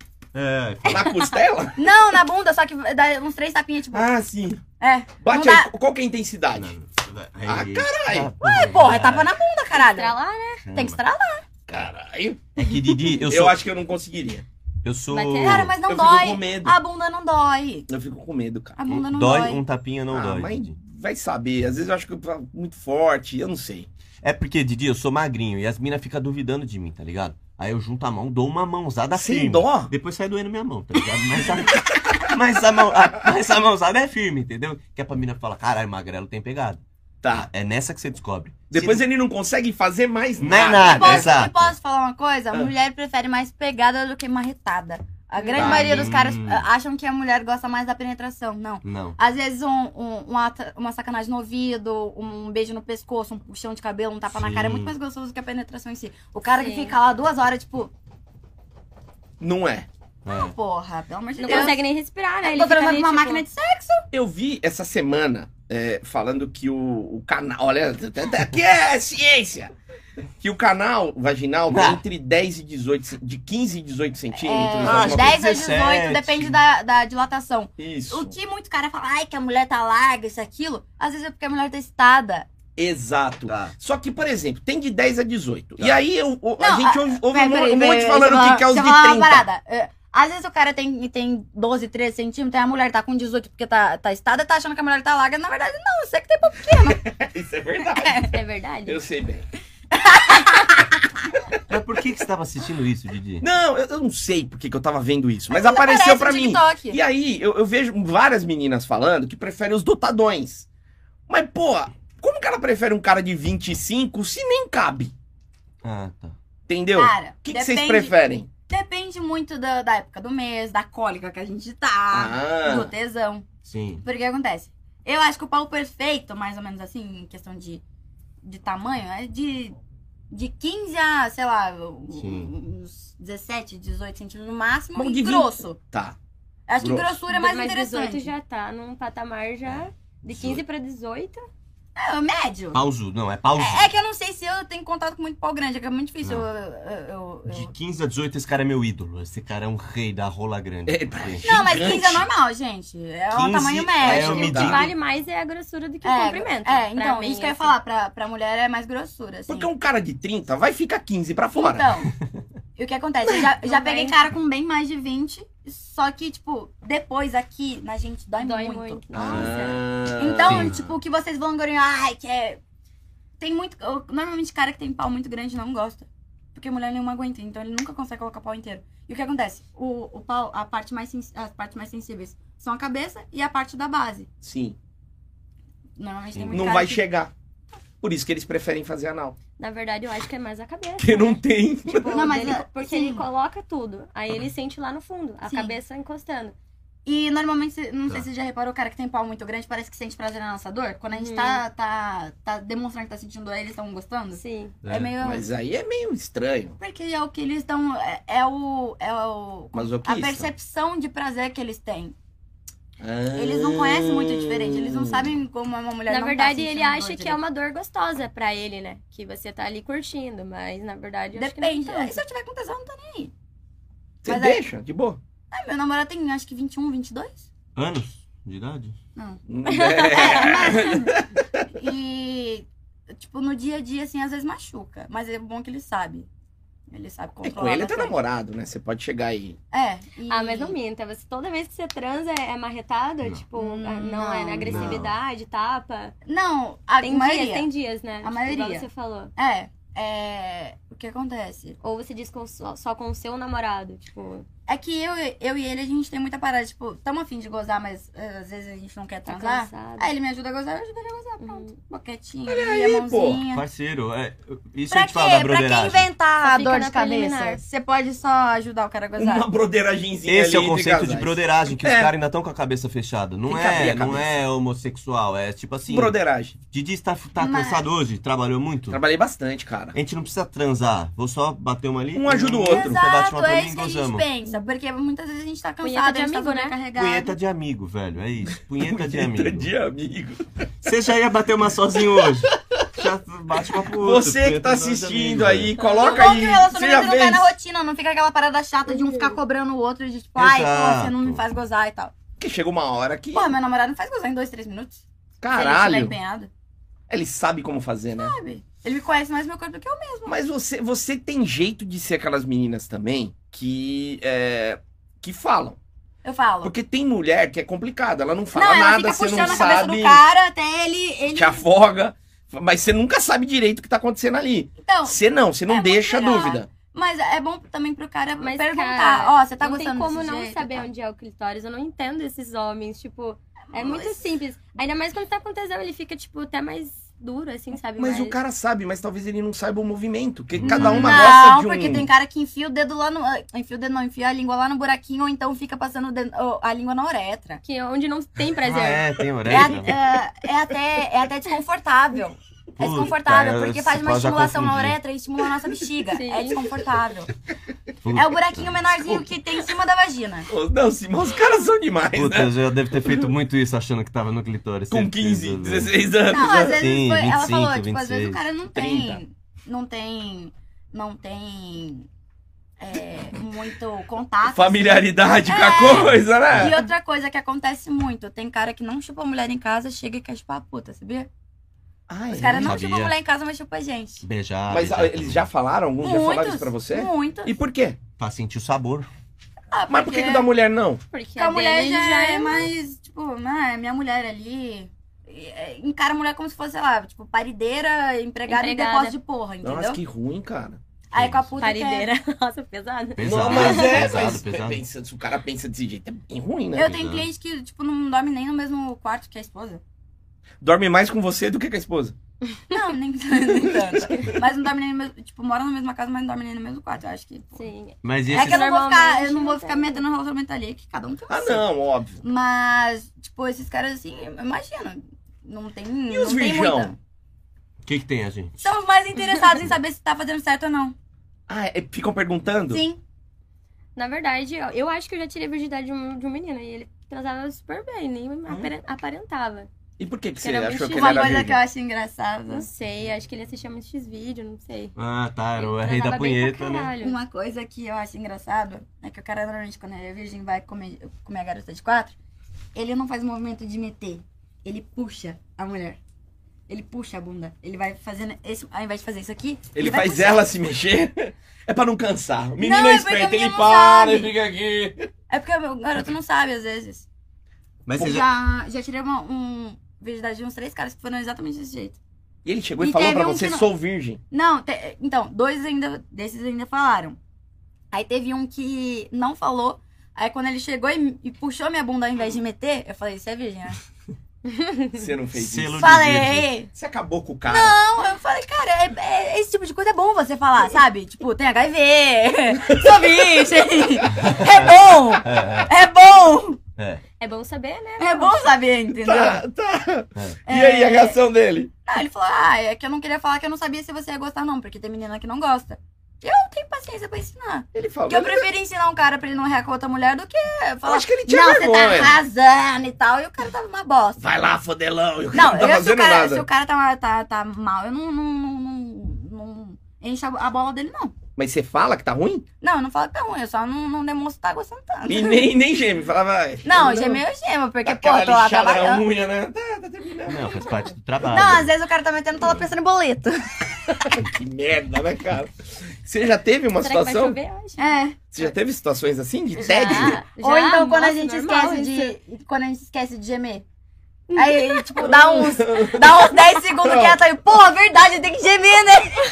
É, Na costela? Não, na bunda, só que dá uns três tapinhas, tipo. Ah, sim. É. Bate não aí. dá... Qual que é a intensidade? Ah, caralho. Ué, porra, é tapa na bunda, caralho. Estralar, né? Tem que estralar. Caralho. É que, Didi, eu Eu, sou... acho que eu não conseguiria. Eu sou... Bater? Cara, mas não Eu fico dói. com medo. A bunda não dói. Eu fico com medo, cara. A bunda não dói, dói. um tapinha não ah, dói, mas Didi. vai saber. Às vezes eu acho que eu tô muito forte. Eu não sei. É porque, Didi, eu sou magrinho e as minas ficam duvidando de mim, tá ligado? Aí eu junto a mão, dou uma mãozada Sem firme. dó? Depois sai doendo minha mão, tá ligado? Mas a, mas a, mão, a, mas a mãozada é firme, entendeu? Que é pra mina falar, caralho, magrelo tem pegado. Tá. É nessa que você descobre. Depois Se- ele não consegue fazer mais Não é nada. nada. E posso, exato. e posso falar uma coisa? A Ah. mulher prefere mais pegada do que marretada. A grande Ah, maioria dos hum. caras ah, acham que a mulher gosta mais da penetração. Não. Não. Às vezes um, um- uma, ta- uma sacanagem no ouvido, um beijo no pescoço, um puxão de cabelo, um tapa na cara é Sim. muito mais gostoso do que a penetração em si. O cara que Sim. fica lá duas horas, tipo, Não é. É. porra, pelo amor de Não Deus. consegue nem respirar, né? Eu Ele tô fica transando ali, com uma tipo, máquina de sexo. Eu vi essa semana é, falando que o, o canal. Olha, aqui é ciência! Que o canal vaginal tem Ah. entre dez e dezoito, ce- de quinze e dezoito centímetros. É, alguma coisa. dez a dezessete. dezoito, depende da, da dilatação. Isso. O que muitos caras falam, ai, que a mulher tá larga, isso, aquilo, às vezes é porque a mulher tá excitada. Exato. Tá. Só que, por exemplo, tem de dez a dezoito. Tá. E aí eu- o- a Não, gente ah, ouve, ouve Peraí, um, peraí, um peraí, monte falando deixa eu que, que é os de deixa eu falar uma trinta. parada. É, Às vezes o cara tem, tem doze, treze centímetros, e a mulher tá com dezoito porque tá, tá estada, tá achando que a mulher tá larga. Na verdade, não, você que tem pau pequeno. Isso é verdade. É verdade? Eu sei bem. Mas por que, que você tava assistindo isso, Didi? Não, eu, eu não sei por que que eu tava vendo isso, mas Mas apareceu aparece pra no mim. TikTok. E aí, eu, eu vejo várias meninas falando que preferem os dotadões. Mas, pô, como que ela prefere um cara de vinte e cinco se nem cabe? Ah, tá. Entendeu? Cara, O que, que vocês depende- preferem? Depende muito da, da época do mês, da cólica que a gente tá, Ah. do tesão. Sim. Porque o que acontece? Eu acho que o pau perfeito, mais ou menos assim, em questão de, de tamanho, é de, de quinze a, sei lá, Sim. uns dezessete, dezoito centímetros no máximo, Bom, e de vinte. grosso. Tá. Eu acho Grosso. que grossura é mais Mas interessante. dezoito já tá num patamar já de quinze pra dezoito. É, o médio. Pauso, não, é pauso. É, é que eu não sei se eu tenho contato com muito pau grande, é que é muito difícil. Não. Eu, eu, eu- eu- De quinze a dezoito, esse cara é meu ídolo. Esse cara é um rei da rola grande. É, Porque- Não, mas gigante. quinze é normal, gente. É um quinze tamanho é médio. o O que medido. vale mais é a grossura do que o É, comprimento. é, pra então, mim, isso que eu ia assim. falar, pra, pra mulher é mais grossura, assim. Porque um cara de trinta vai ficar quinze pra fora. Então, e o que acontece? Eu já, já Não peguei vai. cara com bem mais de vinte, só que, tipo, depois aqui, na gente, dói, Dói muito. muito. Nossa. Ah, Então, Sim. tipo, o que vocês vão ganhar, ai, que é... Tem muito... Normalmente, cara que tem pau muito grande não gosta. Porque mulher nenhuma aguenta, então ele nunca consegue colocar pau inteiro. E o que acontece? O, o pau, a parte mais sens- as partes mais sensíveis são a cabeça e a parte da base. sim. Normalmente Sim. tem muito Não cara vai que... chegar. Por isso que eles preferem fazer anal. Na verdade, eu acho que é mais a cabeça. Porque não né? tem. Tipo, Não, mas dele- é- porque sim. ele coloca tudo. Aí ele sente lá no fundo, a Sim. cabeça encostando. E normalmente, cê- não sei Tá. se você já reparou, o cara que tem pau muito grande parece que sente prazer na nossa dor. Quando a gente Uhum. tá, tá, tá demonstrando que tá sentindo dor, eles estão gostando. Sim. É, meio... Mas aí é meio estranho. Porque é o que eles estão... É, é o... É o... Mas o que A percepção de prazer que eles têm. Eles não Ah. conhecem muito diferente. Eles não sabem como uma mulher Na não verdade, tá ele sentindo acha dor que é uma dor gostosa pra ele, né? Que você tá ali curtindo, mas na verdade eu acho que Depende. não é Aí, tanto. se eu tiver com tesão, não tá nem aí. Você Mas aí- deixa? De boa. Ah, meu namorado tem acho que vinte e um, vinte e dois. Anos de idade? Não. É. E, tipo, no dia a dia, assim, às vezes machuca. Mas é bom que ele sabe. Ele sabe É, controlar. com ele é teu bastante. namorado, né? Você pode chegar aí. É. e- Ah, mas não minta. Você, toda vez que você transa é marretado? Não. Tipo, Hum, não, não é não. na agressividade, tapa? Não, a Tem maioria. dias, tem dias, né? A Tipo, maioria. igual você falou. É, é... O que acontece? Ou você diz com, só, só com o seu namorado, tipo... É que eu, eu e ele, a gente tem muita parada. Tipo, tamo afim de gozar, mas eh, às vezes a gente não quer Tá transar. cansado. Aí ele me ajuda a gozar, eu ajudo ele a gozar. Uhum. Pronto. Boquetinha, aí, ali, a mãozinha. Parceiro, é, isso Pra a gente fala da quê? Pra quem broderagem. inventar Só a fica dor na de cabeça? preliminar. Você pode só ajudar o cara a gozar. Uma brodeiragenzinha Esse é ali o entre conceito de casais. broderagem, que os É. caras ainda estão com a cabeça fechada. Não Tem que abrir é, a não cabeça. é homossexual, é tipo assim... Broderagem. Didi está tá Mas- cansado hoje? Trabalhou muito? Trabalhei bastante, cara. A gente não precisa transar. Vou só bater uma ali. Um ajuda o outro. Você bate Exato, uma pra é mim isso e que a gente gozamos. pensa. Porque muitas vezes a gente tá Punheta cansado, de a gente amigo, tá né? sobrecarregado. Punheta de amigo, velho. É isso. Punheta de amigo. de amigo. Você já ia bater uma sozinho hoje. Já bate uma pro outro. Você que tá Punheta de assistindo amigo, aí, velho. coloca Bom aí. que o Você relacionamento já não cai fez? na rotina, não fica aquela parada chata de um ficar cobrando o outro de tipo, ai, pô, você não me Exato. faz gozar e tal. Porque chega uma hora que... Pô, meu namorado não faz gozar em dois, três minutos. Se ele Caralho. estiver empenhado, Ele sabe como fazer, né? sabe? Ele me conhece mais meu corpo do que eu mesmo. Mas você, você tem jeito de ser aquelas meninas também que... É, que falam. Eu falo. Porque tem mulher que é complicada. Ela não fala Não, ela nada, fica você puxando não a cabeça sabe... do cara até ele... ele... Te afoga. Mas você nunca sabe direito o que tá acontecendo ali. Então, Você não, você não é muito deixa melhor. dúvida. mas é bom também pro cara Mas, perguntar. cara, Ó, você tá não gostando tem como desse não jeito, saber tá? onde é o clitóris. Eu não entendo esses homens, tipo... É Mas- muito simples. Ainda mais quando tá com tesão, ele fica, tipo, até mais duro, assim, sabe? Mas mais... o cara sabe, mas talvez ele não saiba o movimento. Porque cada uma não, gosta de um... porque tem cara que enfia o dedo lá no... Enfia o dedo não, enfia a língua lá no buraquinho, ou então fica passando o dedo- a língua na uretra. Que é onde não tem prazer. Ah, é, tem É, orelha. a- é, é até, é até desconfortável. É Puta, desconfortável, eu- porque você faz uma pode já estimulação na confundir. uretra e estimula a nossa bexiga. Sim. É desconfortável. Puta. É o buraquinho menorzinho que tem em cima da vagina. Ô, não, Simão, os caras são demais, Puta, né? eu já deve ter feito muito isso achando que tava no clitóris. Com certeza, quinze, velho. dezesseis anos. Não, né? às vezes Sim, foi, ela vinte e cinco, falou, tipo, vinte e às vezes o seis, cara não trinta. tem, não tem, não tem é, muito contato. Familiaridade com a É. coisa, né? E outra coisa que acontece muito, tem cara que não chupa a mulher em casa, chega e quer chupar a puta, sabia? Ah, Os é? caras não sabia. chupam a mulher em casa, mas chupam a gente. Beijar. Mas beijar ah, eles também. já falaram? Alguns já falaram Muitos, isso pra você? Muitos. E por quê? Pra sentir o sabor. Ah, Mas por que, que o da mulher não? Porque Porque a mulher dele já, é é mais, tipo, né, é minha mulher ali. E, é, encara a mulher como se fosse, sei lá, tipo, parideira, empregada, Empregada. e depósito de porra, entendeu? Nossa, que ruim, cara. Aí com a puta parideira. que é... Nossa, pesado. Pesado, não, mas é, pesado, mas pesado. pensa- se o cara pensa desse jeito, é bem ruim, né? Eu tenho Pesado. cliente que, tipo, não dorme nem no mesmo quarto que a esposa. Dorme mais com você do que com a esposa. Não, nem, nem tanto. Mas não dorme nem no mesmo... Tipo, mora na mesma casa, mas não dorme nem no mesmo quarto. Eu acho que... pô. Sim. Mas É esse... que eu não vou ficar, eu Normalmente não vou não ficar tem. metendo no relacionamento ali, que cada um tem o Ah, seu. não, óbvio. Mas, tipo, esses caras assim, imagina, não tem, E os não tem virgão? muita. O que que tem, a gente? São os mais interessados em saber se tá fazendo certo ou não. Ah, é- ficam perguntando? Sim. Na verdade, eu, eu acho que eu já tirei a virgindade de um, de um menino e ele transava super bem, nem apare- aparentava. E por que, que você Geralmente achou que ele Uma era coisa virgem? que eu acho engraçada. Não sei, acho que ele assistia muito X-vídeo, não sei. Ah, tá, era o Ele rei da transava bem pra punheta, né? caralho. Uma coisa que eu acho engraçado é que o cara normalmente, quando ele é virgem, vai comer, comer a garota de quatro, ele não faz movimento de meter. Ele puxa a mulher. Ele puxa a bunda. Ele vai fazendo esse. Ao invés de fazer isso aqui, Ele vai faz puxando. ela se mexer? É pra não cansar. O menino Não, é é porque esperto, o ele menino não para e sabe. fica aqui. É porque o garoto não sabe, às vezes. Mas você Eu já... já, já tirei uma, um virgindade de uns três caras que foram exatamente desse jeito. E ele chegou e, E falou teve pra um você, que não- sou virgem. Não, te- então, dois ainda, desses ainda falaram. Aí teve um que não falou. Aí quando ele chegou e, e puxou minha bunda ao invés de meter, eu falei, você é virgem, né? Você não fez Selo isso. de Falei, virgem. Você acabou com o cara. não, eu falei, cara, é- é- esse tipo de coisa é bom você falar, sabe? Tipo, tem H I V, sou virgem, é bom, é bom, É. É bom saber, né? é bom saber, entendeu? Tá, tá. É. E aí, a reação dele? Ah, ele falou, ah, é que eu não queria falar que eu não sabia se você ia gostar não, porque tem menina que não gosta. Eu tenho paciência pra ensinar. Ele falou. Porque eu prefiro ensinar um cara pra ele não rear com outra mulher do que falar, acho que ele tinha não, vergonha. você tá arrasando e tal, e o cara tava uma bosta. Vai lá, fodelão. E o cara Não, não tá eu, se, o fazendo cara, nada. se o cara tá, tá, tá mal, eu não, não, não, não, não encho a a bola dele, não. Mas você fala que tá ruim? Não, eu não falo que tá ruim, eu só não, não demonstro que tá gostando tanto. E nem, nem geme. Falava. "Ai, Não, gemeu, eu gemo, porque, dá pô, aquela eu tô lá lixada na trabalhando. unha, né? Tá, tá terminando. Não, faz parte do trabalho. Não, às vezes o cara tá metendo, tá lá pensando em boleto. Que merda, né, cara? Você já teve uma Será que vai situação? chover hoje? É. Você já teve situações assim de Já, tédio? já, Ou então quando a nossa, gente normal esquece isso. de. Quando a gente esquece de gemer. Aí, tipo, dá uns, dá uns dez segundos quieto aí. Porra, verdade, tem que gemer, né?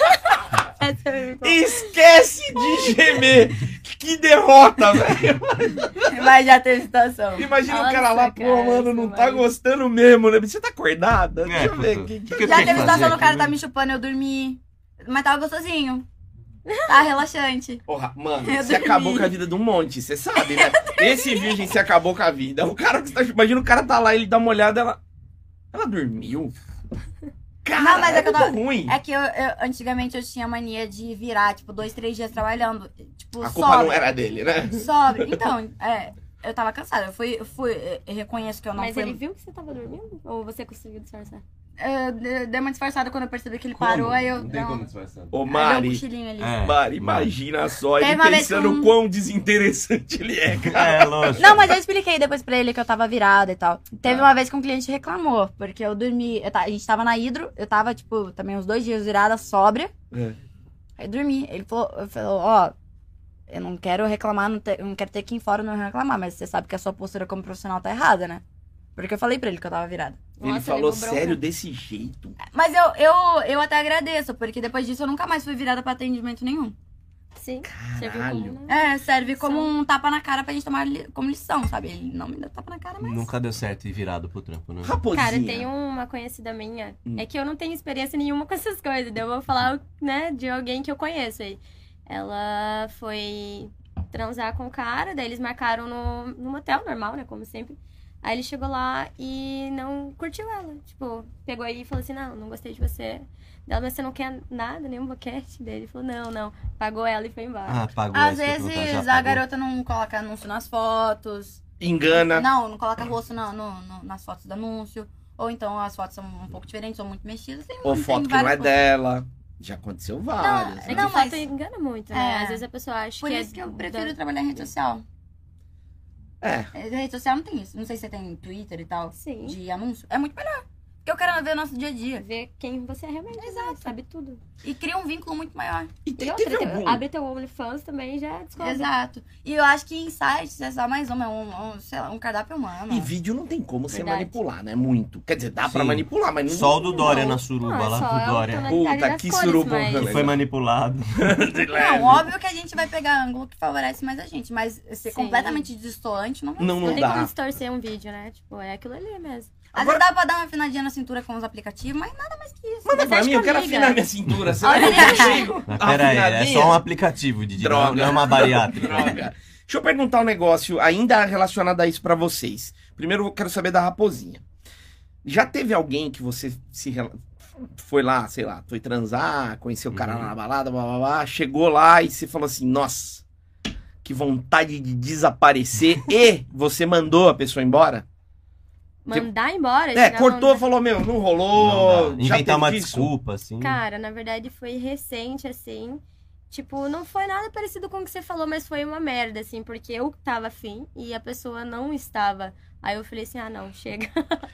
Essa é muito boa. Esquece de gemer! Que derrota, velho! Mas já teve situação. Imagina o Nossa, cara lá, pô, cara, mano, não isso tá vai. gostando mesmo, né? Você tá acordada? É, Deixa eu ver. puto. Que, que... Que que eu Já tenho teve que situação fazer do cara aqui, tá né? me chupando, eu dormi. Mas tava gostosinho. Tá relaxante. Porra, mano, Eu você dormi. acabou com a vida de um monte, você sabe, né? Esse virgem você acabou com a vida. O cara que você tá... Imagina o cara tá lá, ele dá uma olhada, ela... Ela dormiu? Cara, Não, mas é que eu muito tava- ruim. É que eu, eu- antigamente eu tinha mania de virar, tipo, dois, três dias trabalhando. Tipo, A culpa sobre. não era dele, né? Sobre. Então, é. Eu tava cansada. Eu fui. Eu, fui, eu reconheço que eu não Mas fui. ele viu que você tava dormindo? Ou você conseguiu disfarçar? Eu de- dei uma disfarçada quando eu percebi que ele parou, aí eu. Não tem dei um- como disfarçar. Ô, aí dei um Mari, cochilinho ali. É. Mari, imagina só, Teve ele uma vez pensando que um- quão desinteressante ele é, cara. É, lógico. Não, mas eu expliquei depois pra ele que eu tava virada e tal. Teve uma vez que um cliente reclamou, porque eu dormi. eu ta- a gente tava na hidro, eu tava, tipo, também uns dois dias virada, sóbria. É. Aí dormi. Ele falou, eu falou, ó, eu não quero reclamar, não, te- eu não quero ter aqui em fora não reclamar, mas você sabe que a sua postura como profissional tá errada, né? Porque eu falei pra ele que eu tava virada. Ele Nossa, falou levou bronca. sério desse jeito. Mas eu, eu, eu até agradeço, porque depois disso eu nunca mais fui virada pra atendimento nenhum. Sim. Você viu Caralho. como, né? É, serve como Lição. um tapa na cara pra gente tomar li- como lição, sabe? Ele não me deu tapa na cara, mas... Nunca deu certo ir virado pro trampo, né? Raposinha. Cara, tem uma conhecida minha. Hum. É que eu não tenho experiência nenhuma com essas coisas. Daí eu vou falar, né, de alguém que eu conheço aí. Ela foi transar com o cara, daí eles marcaram no, no motel normal, né? Como sempre. Aí ele chegou lá e não curtiu ela. Tipo, pegou aí e falou assim, não, não gostei de você. Dela, mas você não quer nada, nenhum boquete? Daí ele falou, não, não. Pagou ela e foi embora. Ah, pagou Às essa que eu ia perguntar, vezes já a pagou? garota não coloca anúncio nas fotos. Engana. Não, não coloca rosto no, no- no- nas fotos do anúncio. Ou então as fotos são um pouco diferentes, são muito mexidas. Tem, Ou tem foto que não é várias coisas. dela. Já aconteceu várias. É né? que Não, foto mas- engana muito, né? É. Às vezes a pessoa acha Por que isso é que eu da- prefiro trabalhar em rede social. É. É, rede social não tem isso. Não sei se você tem Twitter e tal. Sim. De anúncio. É muito melhor. Porque eu quero ver nosso dia a dia. Ver quem você é realmente. Exato. Sabe tudo. E cria um vínculo muito maior. E E te- outra, teve te- algum... abre teu OnlyFans também já descobre. Exato. E eu acho que em sites é só mais uma, um, um, sei lá, um cardápio humano. E vídeo não tem como você Verdade. manipular, né? Muito. Quer dizer, dá pra Sim. manipular, mas não... Só o do Dória Não. na suruba Ah, lá, só do é Dória. a tonalidade Puta, das que cores, suruba mas- horrorosa. Que foi manipulado. Não, óbvio que a gente vai pegar ângulo que favorece mais a gente, mas ser Sim. completamente destoante não vai Não, ser. não Não tem dá. como distorcer um vídeo, né? Tipo, é aquilo ali mesmo. Às Agora- vezes dá pra dar uma afinadinha na cintura com os aplicativos, mas nada mais que isso. Manda Mas pra acho mim, que eu quero amiga. afinar minha cintura. Você Olha não aí. consigo? Mas pera aí, é Afinadinha? só um aplicativo, Didi, não, Droga. não é uma bariátrica. Droga. Deixa eu perguntar um negócio ainda relacionado a isso pra vocês. Primeiro eu quero saber da Raposinha. Já teve alguém que você se rela- foi lá, sei lá, foi transar, conheceu o cara Uhum. lá na balada, blá, blá, blá, chegou lá e você falou assim, nossa, que vontade de desaparecer e você mandou a pessoa embora? Mandar embora. É, chegar cortou, mandar- falou, meu, não Não rolou. dá. já Inventar teve uma disso? desculpa, assim. Cara, na verdade foi recente, assim. Tipo, não foi nada parecido com o que você falou, mas foi uma merda, assim, porque eu tava afim e a pessoa não estava. Aí eu falei assim, ah, não, chega.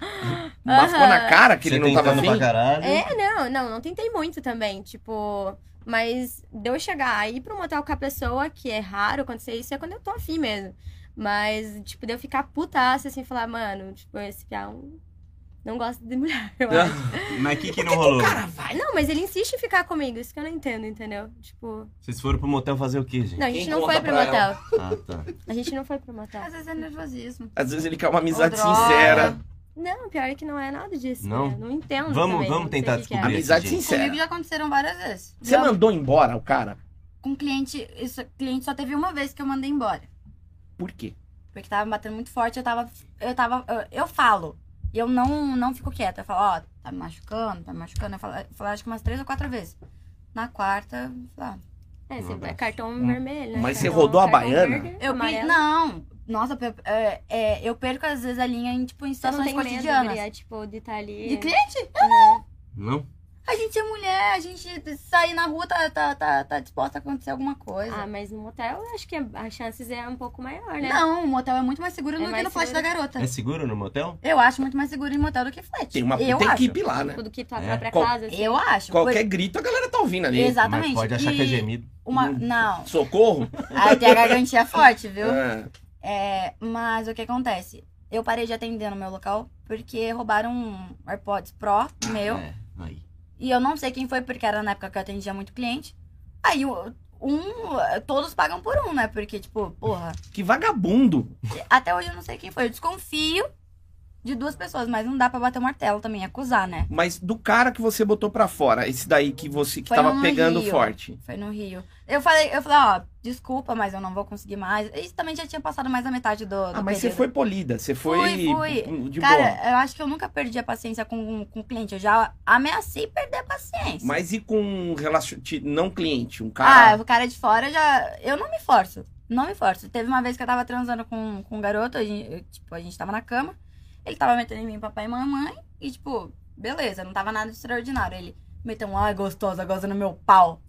Mas ficou na cara que Você ele não tava tentando pra afim? caralho. É, não, não, não tentei muito também, tipo... Mas de eu chegar aí pro motel com a pessoa, que é raro acontecer isso, é quando eu tô afim mesmo. Mas, tipo, de eu ficar putaça, assim, falar, mano, tipo, esse piá não gosta de mulher, eu acho. Mas o que que não rolou? Cara, vai. Não, mas ele insiste em ficar comigo, isso que eu não entendo, entendeu? Tipo... Vocês foram pro motel fazer o quê, gente? Não, a gente Quem não conta foi pro pra motel. Ah, tá. A gente não foi pro motel. Às vezes é nervosismo. Às vezes ele quer uma amizade Ou droga. sincera. Não, pior é que não é nada disso. Não? Né? Não entendo. Vamos- também, vamos não sei tentar o que que é. descobrir. Amizade gente. sincera. Comigo já aconteceram várias vezes. Você Já- mandou embora o cara? Com cliente, isso, cliente só teve uma vez que eu mandei embora. Por quê? Porque tava me batendo muito forte, eu tava. Eu tava. Eu, eu falo. E eu não, não fico quieta. Eu falo, ó, tá me machucando, tá me machucando. Eu falo, eu falo acho que umas três ou quatro vezes. Na quarta, eu falo, ah, É, você Não vai dá. cartão Hum. vermelho, né? Mas você Cartão- rodou a cartão baiana? verde, eu amarelo. Não. Nossa, eu, é, é, eu perco às vezes a linha em, tipo, em Você não situações tem medo, cotidianas. guria, tipo, de estar ali... De cliente? Não? A gente é mulher, a gente sair na rua tá, tá, tá, tá disposta a acontecer alguma coisa. Ah, mas no motel eu acho que as chances é um pouco maior, né? Não, o motel é muito mais seguro É do que mais no flat seguro. da garota. É seguro no motel? Eu acho muito mais seguro em motel do que flat. Tem uma eu tem acho. equipe lá, né? Tipo, do que tua É. própria Qual- casa, assim. Eu acho. Qualquer Por- grito a galera tá ouvindo ali. Exatamente. Mas pode achar E que é gemido. Uma... Não. Socorro? Aí tem a gargantia forte, viu? Ah, É, mas o que acontece? Eu parei de atender no meu local porque roubaram um AirPods Pro meu. É, aí. E eu não sei quem foi, porque era na época que eu atendia muito cliente. Aí o- um. Todos pagam por um, né? Porque, tipo, porra. que vagabundo. Até hoje eu não sei quem foi. Eu desconfio de duas pessoas, mas não dá pra bater o martelo também, acusar, né? Mas do cara que você botou pra fora, esse daí que você que Foi tava no pegando Rio. forte. Foi no Rio. Eu falei, eu falei, ó, desculpa, mas eu não vou conseguir mais. Isso também já tinha passado mais da metade do. do Ah, mas você período. foi polida, você foi Fui, fui. de Cara, boa. eu acho que eu nunca perdi a paciência com, com o cliente. Eu já ameacei perder a paciência. Mas e com um relacion... ti- não cliente, um Ah, cara... o cara de fora já. Eu não me forço. Não me forço. Teve uma vez que eu tava transando com, com um garoto, a gente, eu, tipo, a gente tava na cama. Ele tava metendo em mim, papai e mamãe. E, tipo, beleza, não tava nada de extraordinário. Ele meteu um, ai, gostosa, goza no meu pau.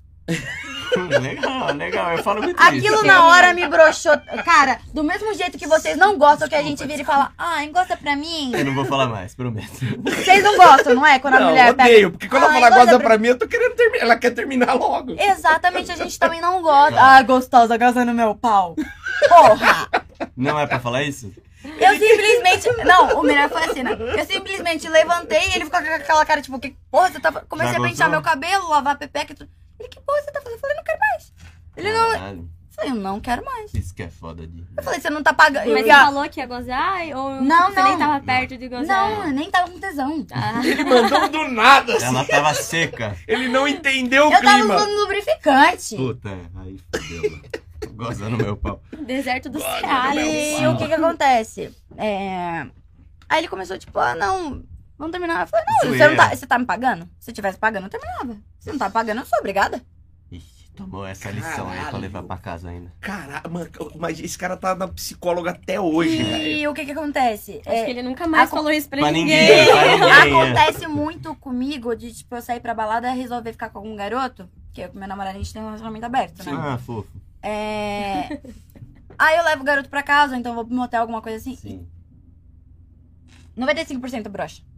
Legal, legal. Eu falo muito Aquilo isso. na hora me broxou. Cara, do mesmo jeito que vocês não gostam que a gente vira e fala, ai, gosta pra mim. Eu não vou falar mais, prometo. Vocês não gostam, não é? Quando a Não, mulher odeio, pega. porque quando ela Ai, fala gosta gosta pra- pra mim, eu tô querendo terminar. Ela quer terminar logo. Exatamente, a gente também não gosta. Ah, gostosa, goza no meu pau. Porra! Não é pra falar isso? Eu simplesmente. Não, o melhor foi assim, né? Eu simplesmente levantei e ele ficou com aquela cara, tipo, que porra você tá fazendo? Comecei Já a pentear gostou? meu cabelo, lavar a pepeca e tudo. Ele, que porra você tá fazendo? Eu falei, não quero mais. Ele não. Eu Caralho, falei, eu não quero mais. isso que é foda de... Eu falei, você não tá pagando. Mas Eu você ia- falou que ia gozar? Ou Não, tipo, você nem não. tava perto de gozar? Não, eu nem tava com tesão. Ah, Ele mandou do nada, assim. Ela tava seca. Ele não entendeu o Eu tava clima. usando lubrificante. Puta, é, aí fodeu, mano. Gozando meu pau. deserto do Goza Ceará. no meu E o que que acontece? É... Aí ele começou, tipo, ah, não, vamos terminar. Eu falei, não, você, não tá, você tá me pagando? Se eu tivesse pagando, eu terminava. Se não tá pagando, eu sou obrigada. Ixi, tomou essa lição aí pra Caralho. levar pra casa ainda. Caralho, mano, mas esse cara tá na psicóloga até hoje, velho. E o que que acontece? Acho É, que ele nunca mais Acon- falou isso pra, Pra ninguém. ninguém, pra ninguém. é. acontece muito comigo de, tipo, eu sair pra balada e resolver ficar com algum garoto. Porque eu com meu namorado a gente tem um relacionamento aberto, né? Ah, fofo. É... Aí eu levo o garoto pra casa, ou então vou pro motel, alguma coisa assim. Sim. noventa e cinco por cento broxa.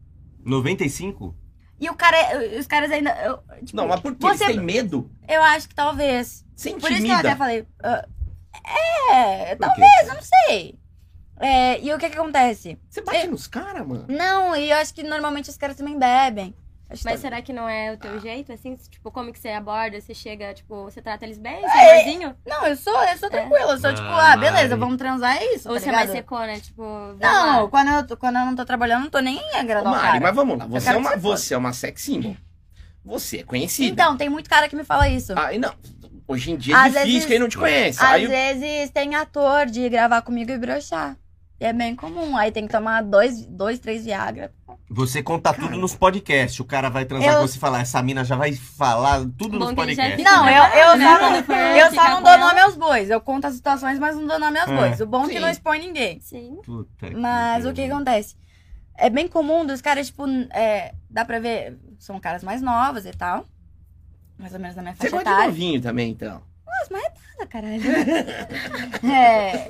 noventa e cinco? E o cara, os caras ainda. Eu, tipo, Não, mas por que? você- Você tem medo? Eu acho que talvez. Você Por isso que eu intimida? até falei. ah, é, Por talvez, eu não sei. É, e o que que acontece? Você bate Eu- nos caras, mano? Não, e eu acho que normalmente os caras também bebem. Acho Mas que- será que não é o teu jeito, assim? Tipo, como que você aborda? Você chega, tipo, você trata eles bem? Você É. é amorzinho? Não, eu sou, eu sou tranquila. Eu sou Ah, tipo, ah, beleza, Mari. vamos transar, é isso. Ou tá você é mais ligado? secona, tipo... vamos Não, lá. quando eu, tô- quando eu não tô trabalhando, eu não tô nem Ô, agradando o Mari, cara. mas vamos lá. Você é, quero que uma, você foda. você é uma sex symbol. Você é conhecida. Então, tem muito cara que me fala isso. Aí não. Hoje em dia é Às difícil vezes- quem não te conhece. Às Aí, vezes tem ator de gravar comigo e broxar. E é bem comum. Aí tem que tomar dois, dois três Viagra. Você conta tudo nos podcasts. O cara vai transar Eu- com você e falar, essa mina já vai falar tudo Bom nos que ele já podcasts. fica Não, eu, eu né, só quando não, for eu só ficar não com dou ela. nome aos bois. Eu conto as situações, mas não dou nome aos É. bois. O bom é que Sim. não expõe ninguém. Sim. Puta que Mas o que pariu. acontece? É bem comum dos caras, tipo, é, dá pra ver, são caras mais novos e tal. Mais ou menos da minha você faixa gosta de etária. novinho também, então. Ah, caralho. É.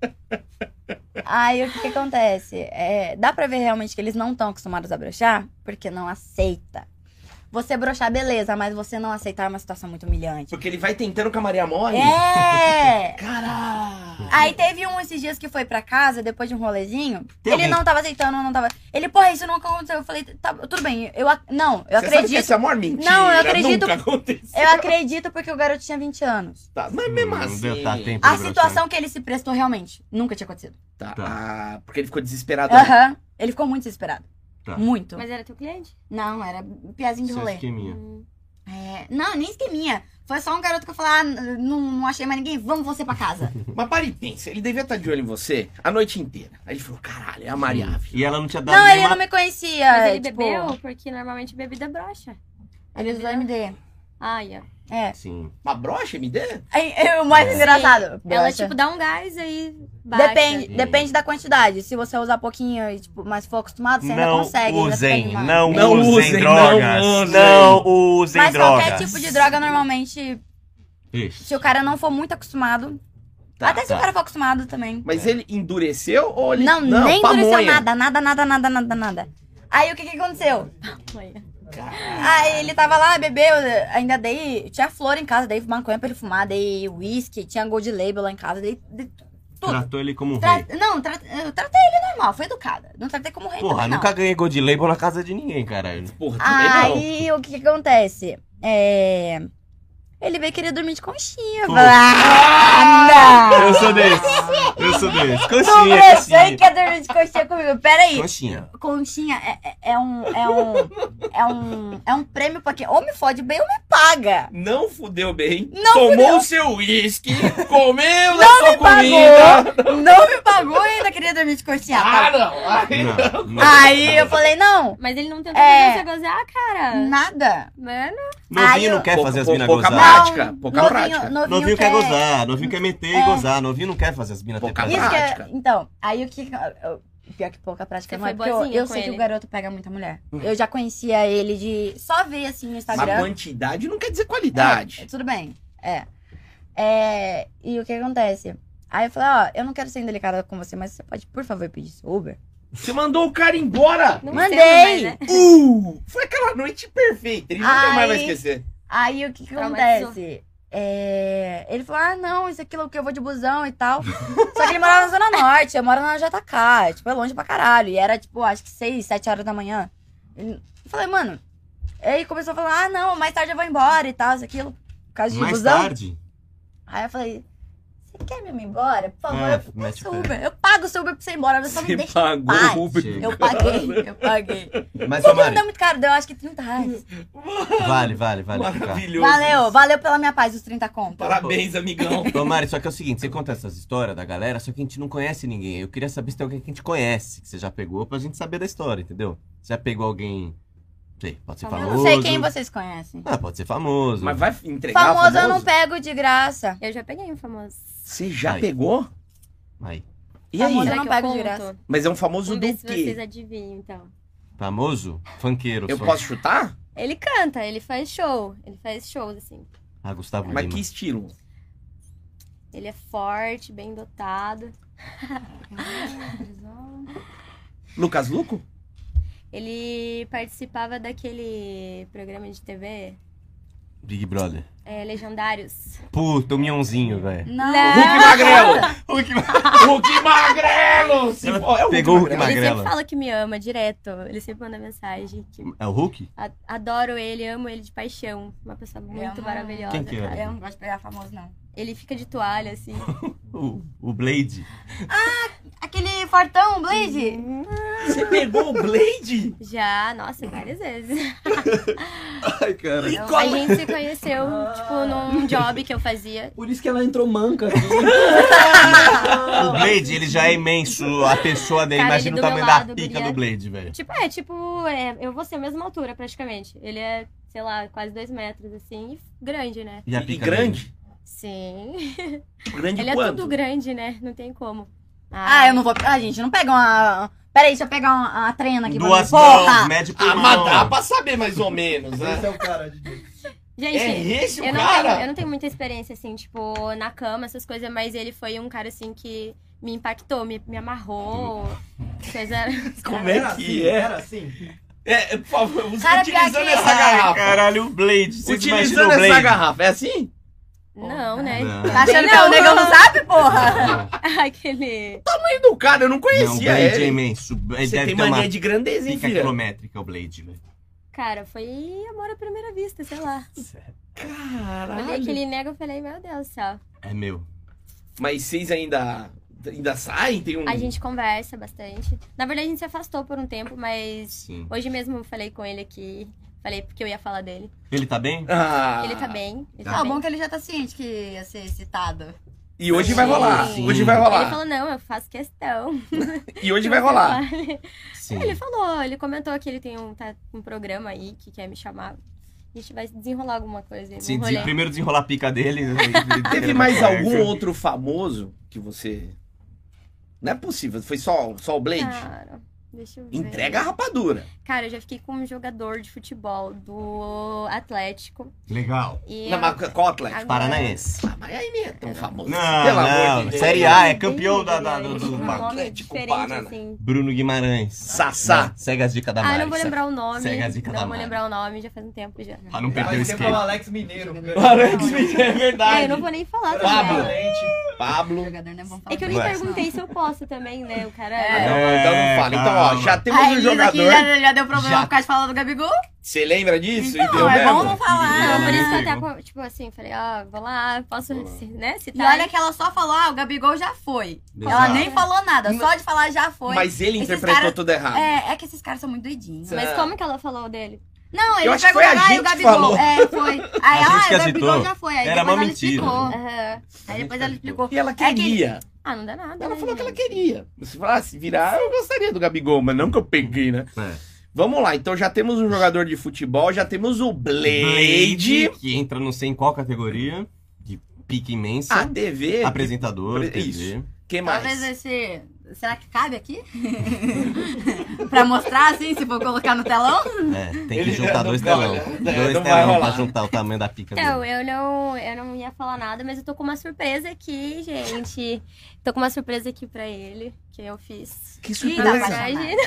Aí o que, que acontece? É, dá pra ver realmente que eles não estão acostumados a broxar, porque não aceita. Você broxar, beleza, mas você não aceitar é uma situação muito humilhante. Porque ele vai tentando com a Maria Mole. É! Caralho. Aí teve um esses dias que foi pra casa, depois de um rolezinho. Tem ele alguém- não tava aceitando, não tava. Ele, porra, isso nunca aconteceu. Eu falei, tá, tudo bem, eu ac- não, eu Você sabe que acredito. essa é a maior mentira. Não, eu acredito- Nunca aconteceu. Eu acredito porque o garoto tinha vinte anos. Tá, mas mesmo Não assim. deu tá tempo. A de broxar. situação que ele se prestou realmente nunca tinha acontecido. Tá. Tá. Ah, porque ele ficou desesperado. Aham. Ele ficou muito desesperado. Tá. Muito. Mas era teu cliente? Não, era um piazinho de Seu rolê. esqueminha. Hum. É, não, nem esqueminha. Foi só um garoto que eu falei, ah, n- não, não achei mais ninguém, vamos você pra casa. Mas para e pensa, ele devia estar de olho em você a noite inteira. Aí ele falou, caralho, é a Maria Ávila. E ela não tinha dado não, ele nenhuma... não me conhecia. Mas ele tipo, bebeu? Porque normalmente bebida brocha. Ele usou M D. Ah, ia. É. Sim. Uma brocha, M D? Aí, é o mais engraçado. Ela, broxa. tipo, dá um gás aí baixa. Depende, Sim. depende da quantidade. Se você usar pouquinho e, tipo, mas for acostumado, você ainda Não consegue. ainda fica usem, animado. não, Não usem usem, drogas. não usem. Não usem Mas drogas. qualquer tipo de droga, normalmente, Isso. se o cara não for muito acostumado. Tá, até se tá. o cara for acostumado também. Mas ele endureceu ou ele... Não, nem endureceu pamonha. nada, nada, nada, nada, nada, nada. Aí o que que aconteceu? Olha. Aí ele tava lá, bebeu, ainda dei. Tinha flor em casa, dei maconha pra ele fumar, dei whisky, tinha gold label lá em casa, dei. dei tudo. Tratou ele como um Tra- rei. Não, tra- eu tratei ele normal, fui educada. Não tratei como rei. Porra, também, não. nunca ganhei gold label na casa de ninguém, caralho. Porra, também não. Aí o que que acontece? É. Ele veio querer dormir de conchinha. Pô. Falei, ah, não! Eu sou desse. Eu sou desse. Não Coxinha, você coxinha. quer dormir de conchinha comigo? Peraí. Coxinha. Conchinha é, é- é um. É um. É um. É um prêmio pra quem ou me fode bem ou me paga. Não fudeu bem. Não tomou fudeu. o seu uísque, comeu da Não sua me comida. pagou! Não me pagou e ainda queria dormir de conchinha. Ah, tá? não. Aí Não, não. Aí eu falei, não, Mas ele não tentou É. fazer você gozar, cara? nada. Mano, Novinho Aí não eu- quer Pouca- fazer as pou- minas pouca gozar. prática, Não, pouca novinho, prática. Novinho, Novinho quer gozar, novinho quer meter e É. gozar. Novinho não quer fazer as minas ter Pouca prazer. Isso que prática. é, então, aí o que. eu- Pior que pouca prática Você não é, foi porque eu, boazinha eu com sei que ele? o garoto pega muita mulher. Eu já conhecia ele de. Só ver assim no Mas Instagram. quantidade não quer dizer É, qualidade. tudo bem. É. É. E o que acontece? Aí eu falei, ó, eu não quero ser indelicada com você, mas você pode, por favor, pedir seu Uber? Você mandou o cara embora. não Mandei. sei, mas, né? Uh, foi aquela noite perfeita. Ele nunca Ai. mais vai esquecer. Aí o que, que Traumatizou. acontece? É, ele falou, ah, não, isso aquilo que eu vou de busão e tal. Só que ele morava na Zona Norte, eu moro na J K, tipo, é longe pra caralho. E era, tipo, acho que seis, sete horas da manhã. Eu falei, mano. Aí começou a falar, ah, não, mais tarde eu vou embora e tal, isso aquilo. Por causa de Mais busão. tarde. Aí eu falei, você quer mesmo ir embora? Por favor, É, eu mete pago o seu pé. Uber. Eu pago o seu Uber pra você ir embora, você só me Você deixa. pagou paz. o Uber. Chega. Eu paguei, eu paguei. Mas, Só ô que não Mari, deu muito caro, deu acho que trinta reais. vale, vale, vale. Maravilhoso. Valeu, valeu pela minha paz, os trinta conto. Parabéns, amigão. Ô Mari, só que é o seguinte, você conta essas histórias da galera, só que a gente não conhece ninguém. Eu queria saber se tem alguém que a gente conhece, que você já pegou, pra gente saber da história, entendeu? Você já pegou alguém, sei, pode ser Eu Eu famoso. não sei quem vocês conhecem. Ah, pode ser famoso. Mas vai entregar Famoso eu não pego de graça. Eu já peguei um famoso. Você já Aí. pegou? Aí, E aí? Famoso eu Será não que pego de conto? graça. Mas é um famoso Vamos do ver se vocês quê? adivinham, então. famoso? Funkeiro. Eu só. posso chutar? Ele canta, ele faz show. Ele faz shows, assim. Ah, Gustavo Mas Lima. que estilo? Ele é forte, bem dotado. Lucas Luco? Ele participava daquele programa de T V, Big Brother. é, Legendários. Puta, o Mionzinho, velho. Não. Hulk Magrelo! Hulk, Hulk Magrelo! Se Ela for- é o pegou o Hulk Ele Magrelo. sempre fala que me ama direto. Ele sempre manda mensagem. Que É o Hulk? a- adoro ele, amo ele de paixão. Uma pessoa muito Eu não- maravilhosa. Quem que é? cara. Eu não gosto de pegar famoso, não. Ele fica de toalha, assim. O, o Blade. Aquele fortão, Blade. Você pegou o Blade? Já, nossa, várias vezes. Ai, cara. E A como- gente se conheceu, tipo, num job que eu fazia. Por isso que ela entrou manca aqui. O Blade, ele já é imenso. A pessoa dele, Cara, imagina ele o do tamanho meu da lado, pica guria. do Blade, velho. Tipo, é, tipo, é, eu vou ser a mesma altura, praticamente. Ele é, sei lá, quase dois metros, assim, e grande, né? E a E pica grande? Sim. Grande Ele é quanto? tudo grande, né? Não tem como. Ah, eu não vou. Ah, gente, não pega uma. Peraí, deixa eu pegar uma, uma trena dele? aqui Duas pra mim. Porra! mãos, mede por Ah, mas mão. dá pra saber mais ou menos, né? Esse é o cara de Gente, É esse o eu não, cara? tenho, eu não tenho muita experiência, assim, tipo, na cama, essas coisas, mas ele foi um cara, assim, que me impactou, me, me amarrou. Coisa. Como é que é? Era assim? É, por favor, você Cara, utilizando pior que- essa Ai, garrafa. caralho, o Blade. Vocês imaginam Utilizando o essa Blade? garrafa, é assim? Não, né? Não. Tá achando que é o negão não sabe, porra? Aquele. Tamanho do cara, eu não Não, o conhecia Blade é ele. imenso. Ele Você deve tem ter mania uma de grandeza, hein, pica filha? quilométrica, o Blade, velho. Cara, foi amor à primeira vista, sei lá. Olhei Caralho. aquele nego e falei, meu Deus do céu. É meu. Mas vocês ainda, ainda saem? Tem um... A gente conversa bastante. Na verdade, a gente se afastou por um tempo, mas Sim. hoje mesmo eu falei com ele aqui. Falei porque eu ia falar dele. Ele tá bem? Ah, Ele tá bem. Ele Ah, tá o bem. bom é que ele já tá ciente que ia ser citado. E hoje vai Sim. rolar. Sim. Hoje vai Ele rolar. falou, não, eu faço questão. E hoje vai rolar. Sim. Ele falou, ele comentou que ele tem um, tá, um programa aí que quer me chamar. A gente vai desenrolar alguma coisa aí. Sim, um de- rolê. primeiro desenrolar a pica dele. Teve mais algum outro famoso que você... Não é possível, foi só, só o Blade? Cara, deixa eu ver. Entrega a rapadura. Cara, eu já fiquei com um jogador de futebol do Atlético. Legal. E Não, eu- mas qual Atlético? Agora- Paranaense. Ah, mas aí nem é tão famoso. Não, Pelo amor não. de Deus. Série A, é campeão da, da- do, Um do, nome Atlético diferente, Paraná. assim. Bruno Guimarães. Sassá. Não, segue as dicas da Ah, Mari. eu não vou lembrar o nome. Segue as dicas não da vou Mari. lembrar o nome, já faz um tempo já. Pra não perder o Mas tem o esquema. Alex Mineiro. Alex, é verdade. É, eu não vou nem falar Pablo. também. O Pablo. jogador não é bom falar. É que eu nem Vai. perguntei se eu posso também, né? O cara. É. Não, então não fala. Então, ó, calma. já temos A um Elisa aqui jogador. já, já deu problema Já. por causa de falar do Gabigol. Você lembra disso? Então, E deu é mesmo? bom não falar. Não, por isso que eu Amigo. até, co- tipo assim, falei, ó, vou lá, posso, né, E citar. olha que ela só falou, ah, o Gabigol já foi. Exato. Ela nem falou nada, só de falar já foi. Mas ele Esses interpretou cara- tudo errado. É, é que esses caras são muito doidinhos. Mas como que ela falou dele? Não, ele Eu acho que foi perguntou, a ah, e gente o que Gabigol. falou. É, foi. Aí, A gente ah, que o Gabigol agitou. já foi. Aí Era depois uma ela mentira. explicou. Aham. Aí depois ela explicou. E ela É que- queria. Ah, não dá nada. Ela né, falou que ela gente? queria. Se falasse, se virar, eu gostaria do Gabigol, mas não que eu peguei, né? É. Vamos lá, então já temos um jogador de futebol, já temos o Blade. que entra não sei em qual categoria. De pique imensa. A T V. Apresentador, Pre- T V. isso. Quem mais? Talvez esse. Será que cabe aqui? Pra mostrar assim, se for colocar no telão? É, tem que Ele- juntar não, dois não, telão. é, Dois não vai telão rolar. pra juntar o tamanho da pica Então, dele. eu não, eu não ia falar nada, mas eu tô com uma surpresa aqui, gente. Tô com uma surpresa aqui pra ele, que eu fiz. Que Ih, surpresa. dá Na pra verdade,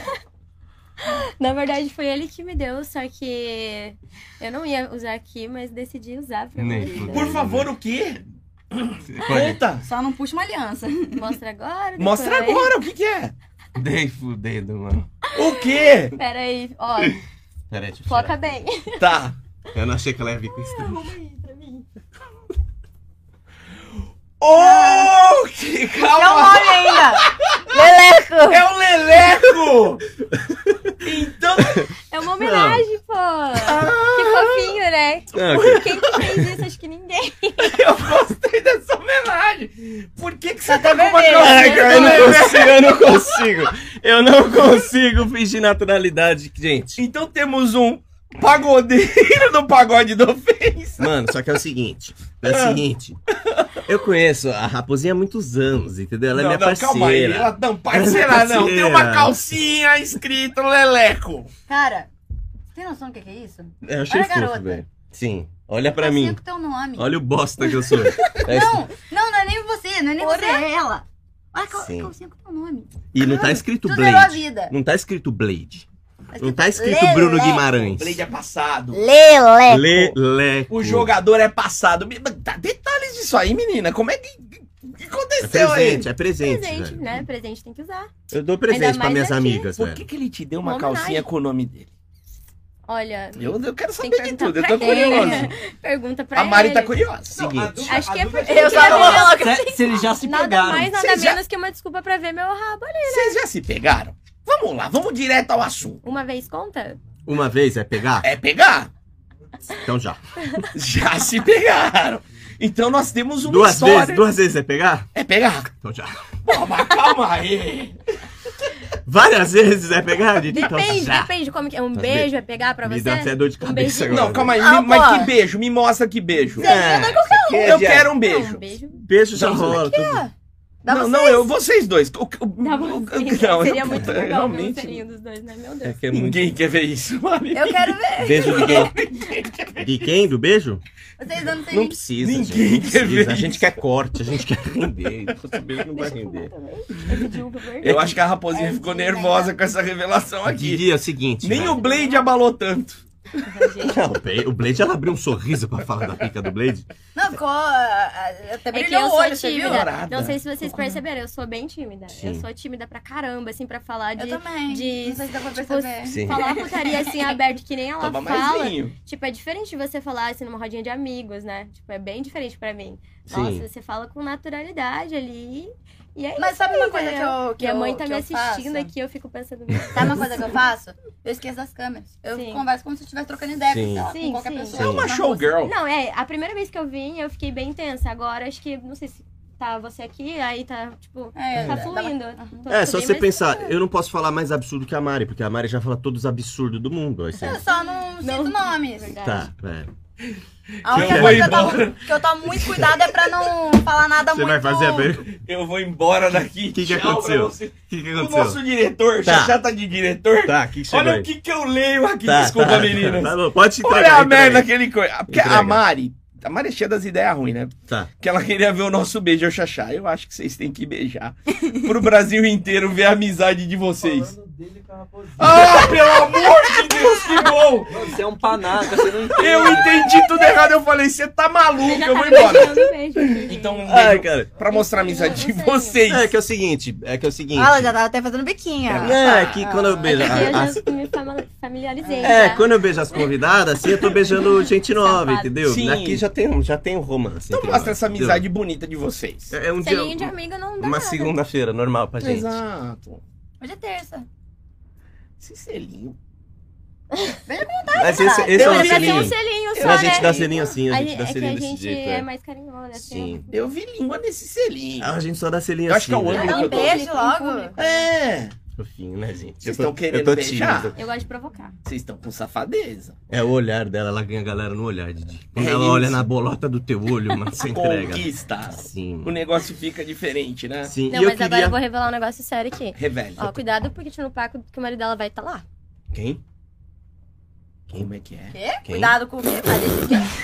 na verdade, foi ele que me deu, só que eu não ia usar aqui, mas decidi usar pra Nem você. fudeu. Por favor, o quê? Pode- Conta. Só não puxa uma aliança. Mostra agora? Mostra depois? agora o que que é. Dei fudido, mano. O quê? Pera aí, ó, Pera aí, deixa eu foca tirar. bem. Tá. Eu não achei que ela ia vir com isso. Arruma aí pra mim. Oh, que É o calma. nome ainda! Leleco! É o Leleco. Então, É uma homenagem, pô. Que fofinho, né? Não, que- Quem que fez isso? Acho que ninguém. eu gostei dessa homenagem. Por que que você tá com uma vermelho. Ai, calcinha cara, eu do não Leleco? consigo, eu não consigo. Eu não consigo fingir naturalidade, gente. Então temos um pagodeiro do pagode do Face. Mano, só que é o seguinte. É o seguinte. Eu conheço a Raposinha há muitos anos, entendeu? Ela é minha parceira. calma aí. Ela, não, parceira Ela é não. Tem parceira. uma calcinha escrito Leleco. Cara, você tem noção do que que é isso? Eu achei Olha a fofo, garota. velho. Sim. Olha pra Calcinha mim. com teu nome. Olha o bosta que eu sou. É isso. Não, não, não é nem você, não é nem Porra. você, é ela. Olha a cal- Sim. calcinha com teu nome. E não tá escrito Tu zerou a Blade. vida. Não tá escrito Blade. Não tá escrito Leleco. Bruno Guimarães. Blade é passado. Leleco. Leleco. O jogador é passado. Me- Dá detalhes disso aí, menina. Como é que, o que É aconteceu aí? presente, é presente. Presente, velho. né? Presente tem que usar. Eu dou presente Ainda pra mais minhas aqui. amigas, Por velho. que, que ele te deu uma Uma calcinha homenagem. com o nome dele? Olha, Eu, eu quero tem saber que de perguntar tudo. Eu pra tô curioso. ele. Pergunta pra A Mari ele. tá curiosa. Seguinte. Acho que é porque Eu queria só vou ver- falar que se, se eles já se nada pegaram. mais, nada Vocês já- menos que uma desculpa pra ver meu rabo ali. Vocês já se pegaram? Vamos lá, vamos direto ao assunto. Uma vez conta? Uma vez é pegar? É pegar? Então já. Já se pegaram. Então nós temos uma Duas história. vezes, duas vezes é pegar? É pegar? Então já. Pô, mas calma aí. Várias vezes é pegar, Didi? Então Depende, já. depende como que é. Um Tá beijo é pegar pra Me você? dá até dor de Um cabeça beijinho? agora. Não, calma aí. Ah, me- mas pô. que beijo? Me mostra que beijo. É, Eu quero um beijo. Não, um beijo. beijo já rola. tudo. Dá não, vocês. não, eu, vocês dois. O, o, Dá o- você. não, Seria eu- muito legal ver um realmente. selinho dos dois, né? Meu É Deus. que é muito... Ninguém quer ver isso, Mari. Eu quero ver. Beijo de quem? De quem? Do beijo? Vocês dando Não selinho. precisa, Ninguém gente. Não quer precisa. ver A gente quer corte, a gente quer render. Esse beijo não vai render. Eu pedi um favor. Eu acho que a raposinha É, ficou sim, nervosa né? com essa revelação aqui. Didi, é o seguinte. Nem velho. o Blade abalou tanto. Não, o Blade- o Blade, ela abriu um sorriso pra falar da pica do Blade. Não, ficou. ah, ah, Até É que brilhou eu o sou olho, você viu? tímida. Dourada. Não sei se vocês perceberam, eu sou bem tímida. Sim. Eu sou tímida pra caramba, assim, pra falar de. Eu também. de- Não sei se dá pra tipo, perceber. Sim. Falar putaria assim aberto, que nem ela Toma mais fala. vinho. Tipo, é diferente de você falar assim numa rodinha de amigos, né? Tipo, é bem diferente pra mim. Sim. Nossa, você fala com naturalidade ali. E é Mas isso sabe aí, uma coisa que entendeu? eu. Que Minha eu, mãe tá que me eu assistindo faço? aqui, eu fico pensando. Sabe uma coisa que eu faço? Eu esqueço das câmeras. Eu Sim. converso como se eu estivesse trocando ideia com, Sim. sei lá, Sim, com qualquer sim. pessoa. É uma na showgirl. Não, é, a primeira vez que eu vim, eu fiquei bem tensa. Agora, acho que, não sei se tá você aqui, aí tá, tipo, É, tá dá- fluindo. Tô- É, tô só bem você mais pensar, tranquila. eu não posso falar mais absurdo que a Mari, porque a Mari já fala todos os absurdos do mundo. Aí você... Eu só não cito nomes. Verdade. Tá, é. A única Eu coisa vou que eu, tomo, embora. que eu tomo muito cuidado é pra não falar nada Você muito. vai fazer a ver? Eu vou embora daqui. O que, que Tchau pra aconteceu? você. O que, que O aconteceu? nosso diretor, Tá. já já tá de diretor. Tá, o que, que chegou Olha aí? o que que eu leio aqui, Tá, desculpa, tá, meninas. Tá bom, pode te entregar. Olha a entrega. merda que ele... co- Porque Entrega. a Mari... A Mari é cheia das ideias ruins, né? Tá. Que ela queria ver o nosso beijo, eu Xaxá. Eu acho que vocês têm que beijar. Pro Brasil inteiro ver a amizade de vocês. Falando dele com a raposinha. Ah, pelo amor de Deus, que bom! Você é um panaca, você não entende. Eu entendi tudo errado. Eu falei, você tá maluco, Já eu vou tá embora. beijando, beijo, gente. Então, um Ai, beijo cara. pra mostrar a amizade de Você- vocês. É que é o seguinte, é que é o seguinte. Ah, ela já tava até fazendo biquinho. ó. É, que quando eu beijo. Aqui eu a- já a- me fama- familiarizei. É, já. quando eu beijo as convidadas, assim, eu tô beijando gente nova, Safado. entendeu? Sim. Aqui já tem, um- já tem um romance. Então entre mostra nós, essa entendeu? amizade bonita de vocês. É é um dia. Selinho de amigo não dá Uma nada. segunda-feira, normal pra gente. Exato. Hoje é terça. Esse selinho. Mas esse, esse é Eu um ia ser selinho. um selinho só, Não, a gente né? dá selinho assim, a A gente gente- dá é que selinho a desse gente jeito. é É. mais carinhosa, assim. Sim. Eu vi língua nesse selinho. Ah, a gente só dá selinho Eu assim. acho que é o né? ângulo Dá que um eu tô. beijo Tem logo. público. É. Fofinho, né, gente? Vocês Eu tô- estão querendo eu tô beijar? tímido. Eu gosto de provocar. Vocês estão com safadeza. É o olhar dela, ela ganha a galera no olhar, Didi. Quando É ela isso. olha na bolota do teu olho, mano, você entrega. Conquista. Sim. O negócio fica diferente, né? Sim, Não, e eu mas agora queria... eu vou revelar um negócio sério aqui. Revele. Ó, cuidado porque no Paco que o marido dela vai estar lá. Quem? Como é que é? Quê? Quem? Cuidado com o quê? Ah, deixa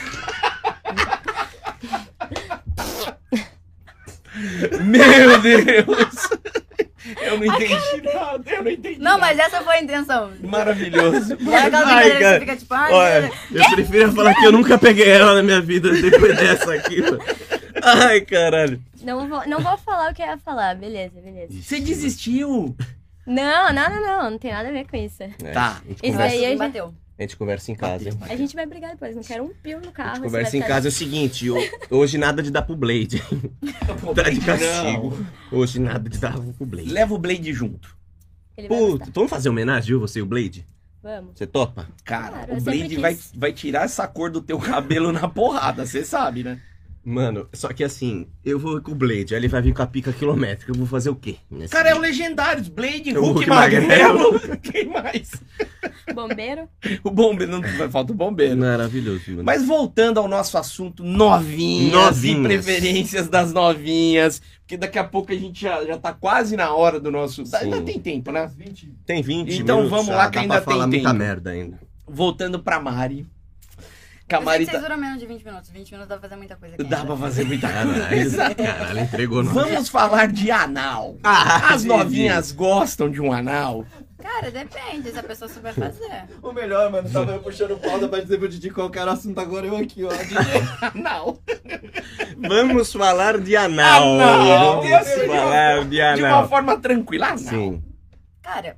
quieto. Meu Deus! Eu não entendi nada, eu não entendi Não, nada. mas essa foi a intenção. Maravilhoso. Não é aquela Ai, brincadeira que cara. você fica tipo, ai, Olha, eu preferia falar que eu nunca peguei ela na minha vida depois dessa aqui, mano. Ai, caralho. Não vou, não vou falar o que eu ia falar. Beleza, beleza. Você desistiu? Não, não, não, não. Não tem nada a ver com isso. É, Tá. A gente, Isso conversa, aí Aí eu já- bateu. a gente conversa em casa, hein? A gente vai brigar depois. Não quero um pio no carro. A gente você conversa vai em ficar- casa é o seguinte, ho- hoje nada de dar pro Blade. Tá de castigo. Hoje nada de dar pro Blade. Leva o Blade junto. Ele vai Puta, gostar. vamos fazer homenagem, eu, você e o Blade? Vamos. Você topa? Cara, Claro, o eu Blade sempre vai, quis. vai tirar essa cor do teu cabelo na porrada, você sabe, né? Mano, só que assim, eu vou com o Blade, aí ele vai vir com a pica quilométrica, eu vou fazer o quê? nesse Cara, é o dia? Legendários, Blade, O Hulk, Hulk Magrelo. Quem mais? Bombeiro? O bombeiro, não vai falta o bombeiro. Maravilhoso, mano. Mas voltando ao nosso assunto, novinhas, Novinhas. e preferências das novinhas, porque daqui a pouco a gente já, já tá quase na hora do nosso... Sim. Ainda tem tempo, né? Tem vinte Então minutos, vamos já lá dá que ainda pra tem falar muita tempo. merda ainda. Voltando pra Mari. Que a Eu sei Mari que vocês tá... duram menos de vinte minutos. vinte minutos dá pra fazer muita coisa aqui. Dá ainda. pra fazer muita Caralho, coisa. caralho, entregou no. Vamos falar de anal. Ah, As sim, novinhas gostam de um anal. Cara, depende se a pessoa souber fazer. O melhor, mano, tava eu puxando pauta pra dizer pro Didi qual que era o assunto, agora eu aqui, ó. Didi. Anal. Vamos falar de anal. Anal. Vamos Deus, Deus. falar de De uma anal. forma tranquila, anal. Sim. Cara,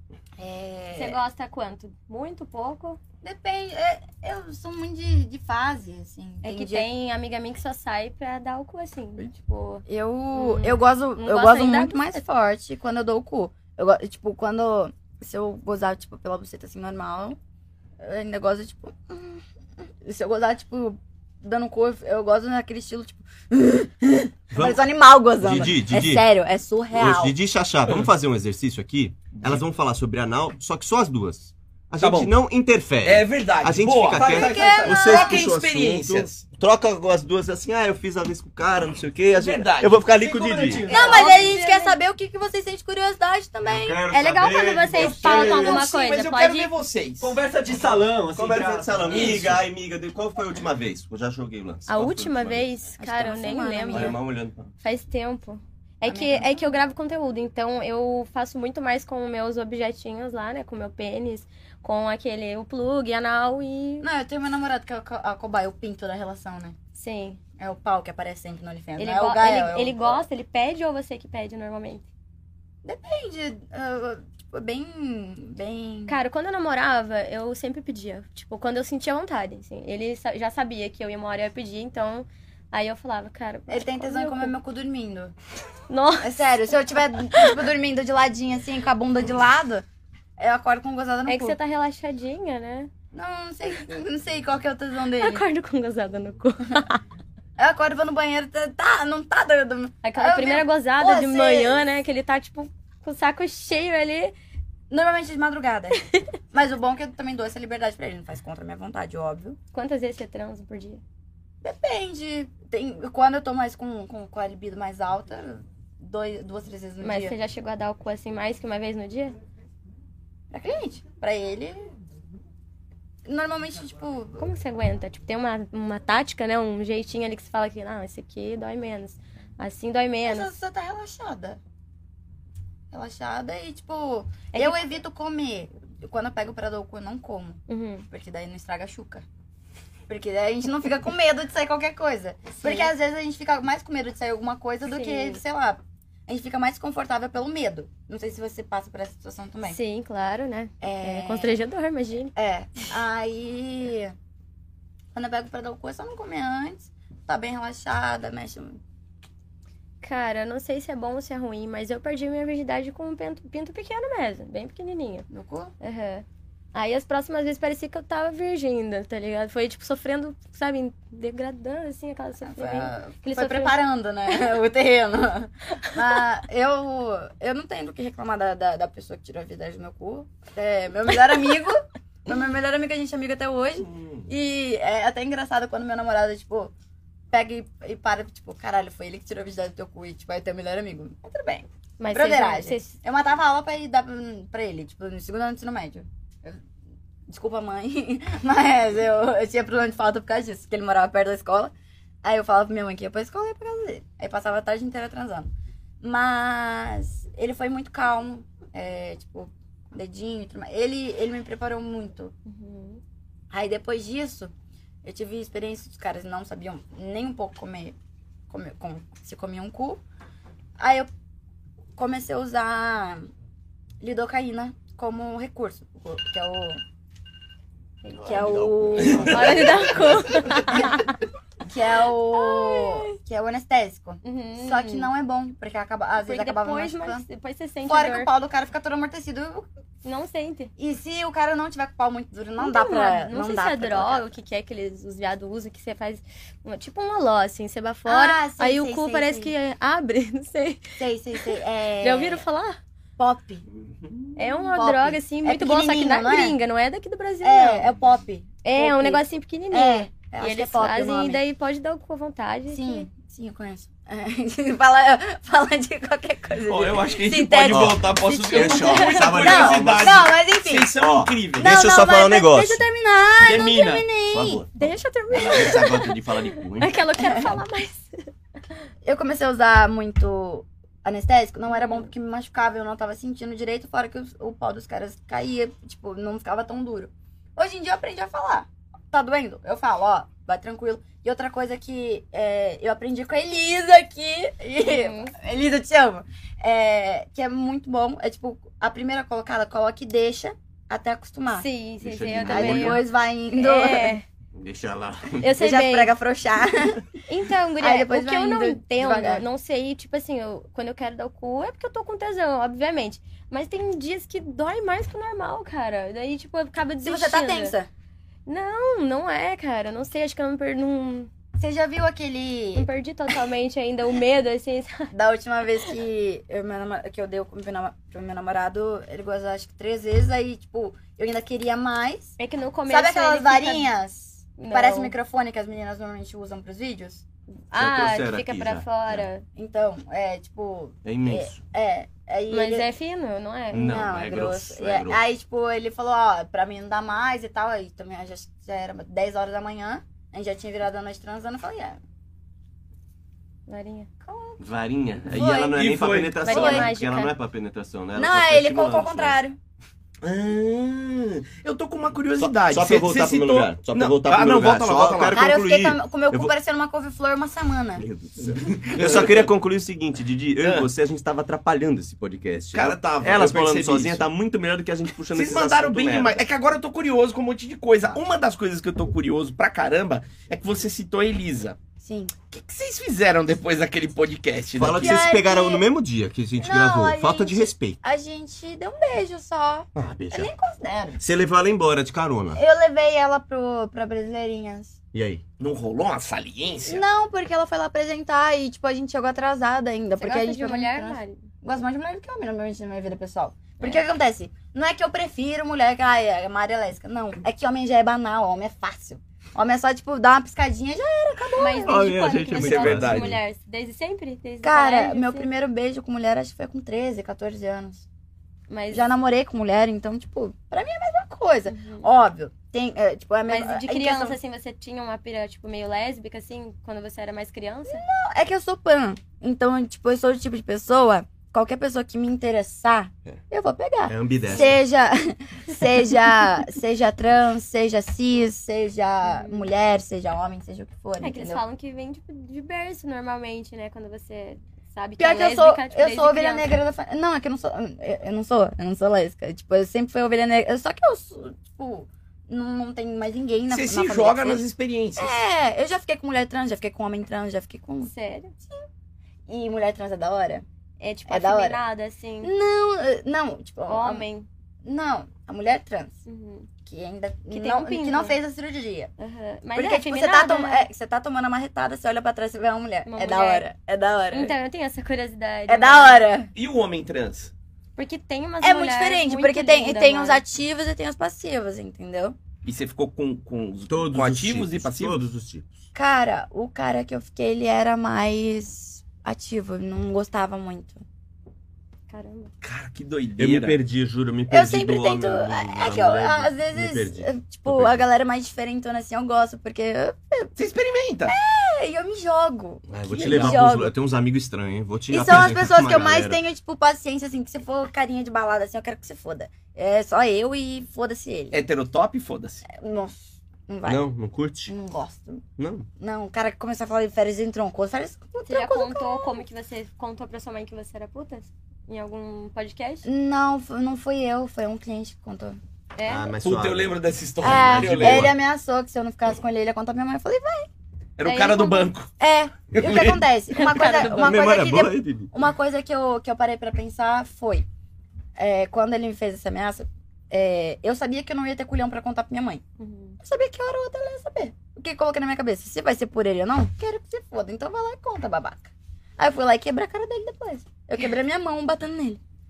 é... Você gosta quanto? Muito, pouco? Depende. é, Eu sou muito de, de fase, assim. É que dia- tem amiga minha que só sai pra dar o cu assim. Tipo, Eu, Hum, eu gosto, não eu gosto gosto nem da muito mais buceta. forte quando eu dou o cu. Eu, go- tipo, quando... Se eu gozar, tipo, pela buceta, assim, normal, eu ainda gosto, tipo... hum, hum. Se eu gozar, tipo, dando cu, eu gosto naquele estilo, tipo... Parece um animal gozando. Didi, Didi. É sério, é surreal. Ô, Didi e Xaxá, vamos fazer um exercício aqui? Elas vão falar sobre anal, só que só as duas. A Tá gente bom. não interfere. É verdade. A gente Boa. fica Faz, quieto. faz, faz, faz. Vocês Troquem puxam o experiências. assunto, troca as duas assim, ah, eu fiz a vez com o cara, não sei o quê. A gente, Verdade. eu vou ficar ali Cinco com o Didi. minutinhos. Não, mas aí a gente quer saber o que, que vocês têm de curiosidade também. Quero é legal saber quando de vocês você. pautam Eu alguma sei, coisa. mas eu Pode quero ver vocês. Conversa de salão, assim. Conversa já- de salão. Isso. Amiga, ai, amiga, de- qual foi a última vez? Eu já joguei o lance. A Qual foi última vez, que cara, é eu uma nem semana, lembro. Olha, mal olhando pra... Faz tempo. É A que, minha é que eu gravo conteúdo, então eu faço muito mais com meus objetinhos lá, né? Com meu pênis, com aquele, o plug, anal e... Não, eu tenho meu namorado que é o co- a cobaia, o pinto da relação, né? Sim. É o pau que aparece sempre no OnlyFans. Ele, Não é go- o Gael, ele, é o- ele gosta, ele pede ou você que pede normalmente? Depende. uh, tipo, bem. Bem. Cara, quando eu namorava, eu sempre pedia. Tipo, quando eu sentia vontade, assim. Ele sa- já sabia que eu ia uma hora eu ia pedir, então... Aí eu falava, cara... Ele tem tesão em come comer meu meu cu dormindo. cu. Nossa! É sério, se eu tiver, tipo, dormindo de ladinho, assim, com a bunda de lado, eu acordo com gozada no É que cu. você tá relaxadinha, né? Não, não sei, não sei qual que é o tesão Eu dele. acordo com gozada no cu. Eu acordo, vou no banheiro, tá, tá não tá doido. Aquela Eu primeira vi- gozada de Você- manhã, né? Que ele tá, tipo, com o saco cheio ali. Normalmente de madrugada. Mas o bom é que eu também dou essa liberdade pra ele. Não faz contra a minha vontade, óbvio. Quantas vezes você transa por dia? Depende. Tem, quando eu tô mais com, com, com a libido mais alta, dois, duas, três vezes no Mas dia. você já chegou a dar o cu assim mais que uma vez no dia? Pra cliente. Pra ele. Normalmente, tipo. Como você aguenta? Tipo, tem uma, uma tática, né? Um jeitinho ali que você fala que, não, esse aqui dói menos. Assim dói Você menos. só tá relaxada. Relaxada e, tipo, É que- eu evito comer. Quando eu pego pra dar o cu, eu não como. Uhum. Porque daí não estraga a chuca. Porque daí a gente não fica com medo de sair qualquer coisa. Porque às vezes a gente fica mais com medo de sair alguma coisa do Sim. que, sei lá, a gente fica mais desconfortável pelo medo. Não sei se você passa por essa situação também. Sim, claro, né? É, É constrangedor, imagine. é. Aí, quando eu pego pra dar o cu, é só não comer antes. Tá bem relaxada, mexe. Cara, eu não sei se é bom ou se é ruim, mas eu perdi minha virgindade com um pinto, pinto pequeno mesmo, bem pequenininho. No cu? Aham. Aí as próximas vezes parecia que eu tava virgem ainda, tá ligado? Foi, tipo, sofrendo, sabe, degradando, assim, aquela Foi, sofrimento. Aquele foi sofrimento. preparando, né? O terreno. Mas eu, eu não tenho do que reclamar da, da, da pessoa que tirou a vida do meu cu. É meu melhor amigo. meu melhor amigo, a gente é amigo até hoje. E é até engraçado quando meu namorado, tipo, pega e, e para, tipo, caralho, foi ele que tirou a vida do teu cu e, tipo, é teu melhor amigo. Mas tudo bem. Mas Broderagem. vocês- vocês- Eu matava a aula pra ir dar pra ele, tipo, no segundo ano do ensino médio. Eu- Desculpa, mãe, mas eu, eu tinha problema de falta por causa disso, porque ele morava perto da escola. Aí eu falava pra minha mãe que ia pra escola e ia pra casa dele. Aí passava a tarde inteira transando. Mas ele foi muito calmo, é, tipo, dedinho e tudo mais. Ele, ele me preparou muito. Uhum. Aí depois disso, eu tive experiência dos caras não sabiam nem um pouco comer, comer com, se comiam um cu. Aí eu comecei a usar lidocaína como recurso, que é o que é o Hora de dar cu. que é o que é o anestésico. Uhum. Só que não é bom, porque acaba, às vezes Porque acabava me depois, machucando. mas, depois você sente Fora a que dor. o pau do cara fica todo amortecido. Não sente. E se o cara não tiver com o pau muito duro, não, dá tem pra. uma- Não, sei dá se é pra droga, colocar. o que, que é que eles, os viados usam, que você faz uma- tipo uma ló, assim, você vai fora, Ah, sei, aí sei, o cu sei, parece sei. que abre, não sei. Sei, sei, sei. É... Já ouviram falar? Pop. É uma Pop. droga, assim, É muito boa, só que pequenininho, na não é? gringa, não é daqui do Brasil, É, não. é o pop. É, é um Pop. negocinho pequenininho. É, eu E acho que é eles pop o fazem, nome. e daí pode dar o cu à vontade. Sim. que- Sim, eu conheço. É, fala, fala de qualquer coisa. Pô, eu acho que a gente Sintético. pode voltar. Posso Sintético. eu tô com muita Não, curiosidade. Não, mas enfim. Vocês são Ó, incríveis. Deixa eu só mas- falar um mas negócio. Deixa eu terminar, eu não Termina. terminei. Por favor. Deixa eu terminar. Você gosta de falar de cu, hein? Aquela eu quero falar mais. Eu comecei a usar muito anestésico, não era bom porque me machucava, eu não tava sentindo direito, fora que o, o pau dos caras caía, tipo, não ficava tão duro. Hoje em dia eu aprendi a falar. Tá doendo? Eu falo, ó, vai tranquilo. E outra coisa que é, eu aprendi com a Elisa aqui, e, Uhum. Elisa, eu te amo, é, que é muito bom, é tipo, a primeira colocada, coloca e deixa até acostumar. Sim, sim, Deixa sim. de Eu Aí também. depois vai indo, É, Deixa lá. eu sei deixa bem. a prega afrouxar. Então, guria, Aí depois o que vai eu não indo entendo, devagar. não sei, tipo assim, eu, quando eu quero dar o cu é porque eu tô com tesão, obviamente. Mas tem dias que dói mais que o normal, cara. Daí, tipo, acaba Se desistindo. você tá tensa. Não, não é, cara. Não sei, acho que eu não, per... não, Você já viu não aquele... perdi totalmente ainda o medo, assim. Da última vez que eu, meu nama- que eu dei o cu pro meu nama- pro meu namorado, ele gozou acho que três vezes, aí, tipo, eu ainda queria mais. É que no começo. Sabe aquelas ele fica- varinhas? Que Não. parece um microfone que as meninas normalmente usam pros vídeos? Ah, trouxeram que fica aqui pra já. fora. Então, é, tipo, É imenso. é. Aí Mas ele... é fino, não é? Não, Não, é é grosso, grosso. é É, grosso. aí, tipo, ele falou, ó, pra mim não dá mais e tal. Aí também já, já era dez horas da manhã, a gente já tinha virado a noite transando. Eu falei, é, Varinha. Varinha. Aí Foi. ela não é E nem pra foi. penetração, Varinha né? Porque mágica. ela não é pra penetração, né? Ela não, só aí tá ele colocou ao estimulando, contrário. Ah, eu tô com uma curiosidade. Só, só pra eu Cê- voltar cê pro meu citou- lugar. Só pra Não, eu voltar ah, pro meu não, lugar. volta lá, Só volta lá. quero Cara, eu fiquei concluir. com com meu Eu cu vou- parecendo uma couve-flor uma semana. Meu Deus do céu. Eu só queria concluir o seguinte, Didi. Eu Ah. e você, a gente tava atrapalhando esse podcast. Cara, né? tava. Elas eu falando percebi sozinha isso. tá muito melhor do que a gente puxando Vocês esses mandaram assuntos bem merda. demais. É que agora eu tô curioso com um monte de coisa. Uma das coisas que eu tô curioso pra caramba é que você citou a Elisa. Sim. O que, que vocês fizeram depois daquele podcast? Fala daqui? que vocês se Pior pegaram que- no mesmo dia que a gente Não, gravou. a Falta de gente- respeito. A gente deu um beijo só. Ah, Eu beijar. nem considero. Você levou ela embora de carona. Eu levei ela pro, pra Brasileirinhas. E aí? Não rolou uma saliência? Não, porque ela foi lá apresentar e, tipo, a gente chegou atrasada ainda. Você porque gosta a gente de pegou muito mulher, trânsito. Mari? Gosto mais de mulher do que homem, normalmente, na minha vida pessoal. Porque o que acontece? Não é que eu prefiro mulher que ai, a Maria é lésbica. Não. É que homem já é banal, homem é fácil. Homem é só, tipo, dar uma piscadinha e já. Mas desde Olha, quando gente, que é você muito gosta verdade. de mulher? Desde sempre? Desde o Cara, colégio, meu assim? primeiro beijo com mulher acho que foi com treze, catorze anos. Mas, Já namorei com mulher, então, tipo, pra mim é a mesma coisa. Uhum. Óbvio. Tem, é, tipo, é a mesma, Mas de em criança, questão- assim, você tinha uma pira, tipo, meio lésbica, assim, quando você era mais criança? É que eu sou pan. Então, tipo, eu sou o tipo de pessoa. Qualquer pessoa que me interessar, É. eu vou pegar. É ambidestra. Seja, seja, seja trans, seja cis, seja mulher, seja homem, seja o que for, É que eles entendeu? falam que vem, tipo, de berço, normalmente, né? Quando você sabe que Pior é que eu sou, lésbica, tipo, eu desde sou ovelha criança. negra da família. Não, é que eu não sou, eu, eu não sou, eu não sou lésbica. Tipo, eu sempre fui ovelha negra. Só que eu sou, tipo, não, não tem mais ninguém na, Você na se família joga que nas seja. experiências. É, eu já fiquei com mulher trans, já fiquei com homem trans, já fiquei com... Sério? E mulher trans é da hora? É, tipo, É da hora. afeminada, assim, Não, eh, não, tipo... a- homem. Não, a mulher trans, Uhum. que ainda Que tem não, um pinto. que não fez a cirurgia. Uhum. Mas Porque, é tipo, você tá, afeminada, tom- né? é, você tá tomando uma marretada, você olha pra trás e vê uma mulher. Uma é da mulher. hora, é da hora. Então, eu tenho essa curiosidade. é né? da hora. E o homem trans? Porque tem umas É muito mulheres diferente, muito porque tem, lindas, tem mano. os ativos e tem os passivos, entendeu? E você ficou com, com, os- Todos com os ativos tipos, e passivos? Todos os tipos. Cara, o cara que eu fiquei, ele era mais ativo, ele não gostava muito. Caramba. Cara, que Eu me doideira. perdi, juro, eu me perdi Eu sempre do tento. homem, do- É da que eu, mulher, às me vezes, perdi. eu, Tô tipo, perdido. a galera mais diferentona assim, eu gosto, porque Você experimenta. eu, eu me jogo. Ah, eu vou Que te levar legal. pros... Eu tenho uns amigos estranhos, hein? Vou te E são as apresentar pessoas pra que eu uma mais galera. tenho, tipo, paciência, assim, que se for carinha de balada, assim, eu quero que você foda. É só eu e foda-se ele. Heterotop, foda-se. Nossa, não vai. Não, não curte? Não gosto. Não. Não, o cara que começou a falar de férias em tronco. Férias Você já contou como que você contou pra sua mãe que você era puta? Em algum podcast? Não, f- não fui eu, foi um cliente que contou. É? Ah, mas Puta, suave. eu lembro dessa história. É, eu ele lembro. ameaçou que se eu não ficasse com ele, ele ia contar pra minha mãe. Eu falei, vai. Era o Aí cara do quando- banco. É, e o que acontece? Uma Cara coisa, do uma A memória coisa é que boa, de- hein, Didi? Uma coisa que eu, que eu parei pra pensar foi... é, quando ele me fez essa ameaça, é, eu sabia que eu não ia ter culhão pra contar pra minha mãe. Uhum. Eu sabia que hora ou outra ela ia saber. O que eu coloquei na minha cabeça? Se vai ser por ele ou não, quero que você foda. Então vai lá e conta, babaca. Aí eu fui lá e quebrei a cara dele depois. Eu quebrei a minha mão batendo nele.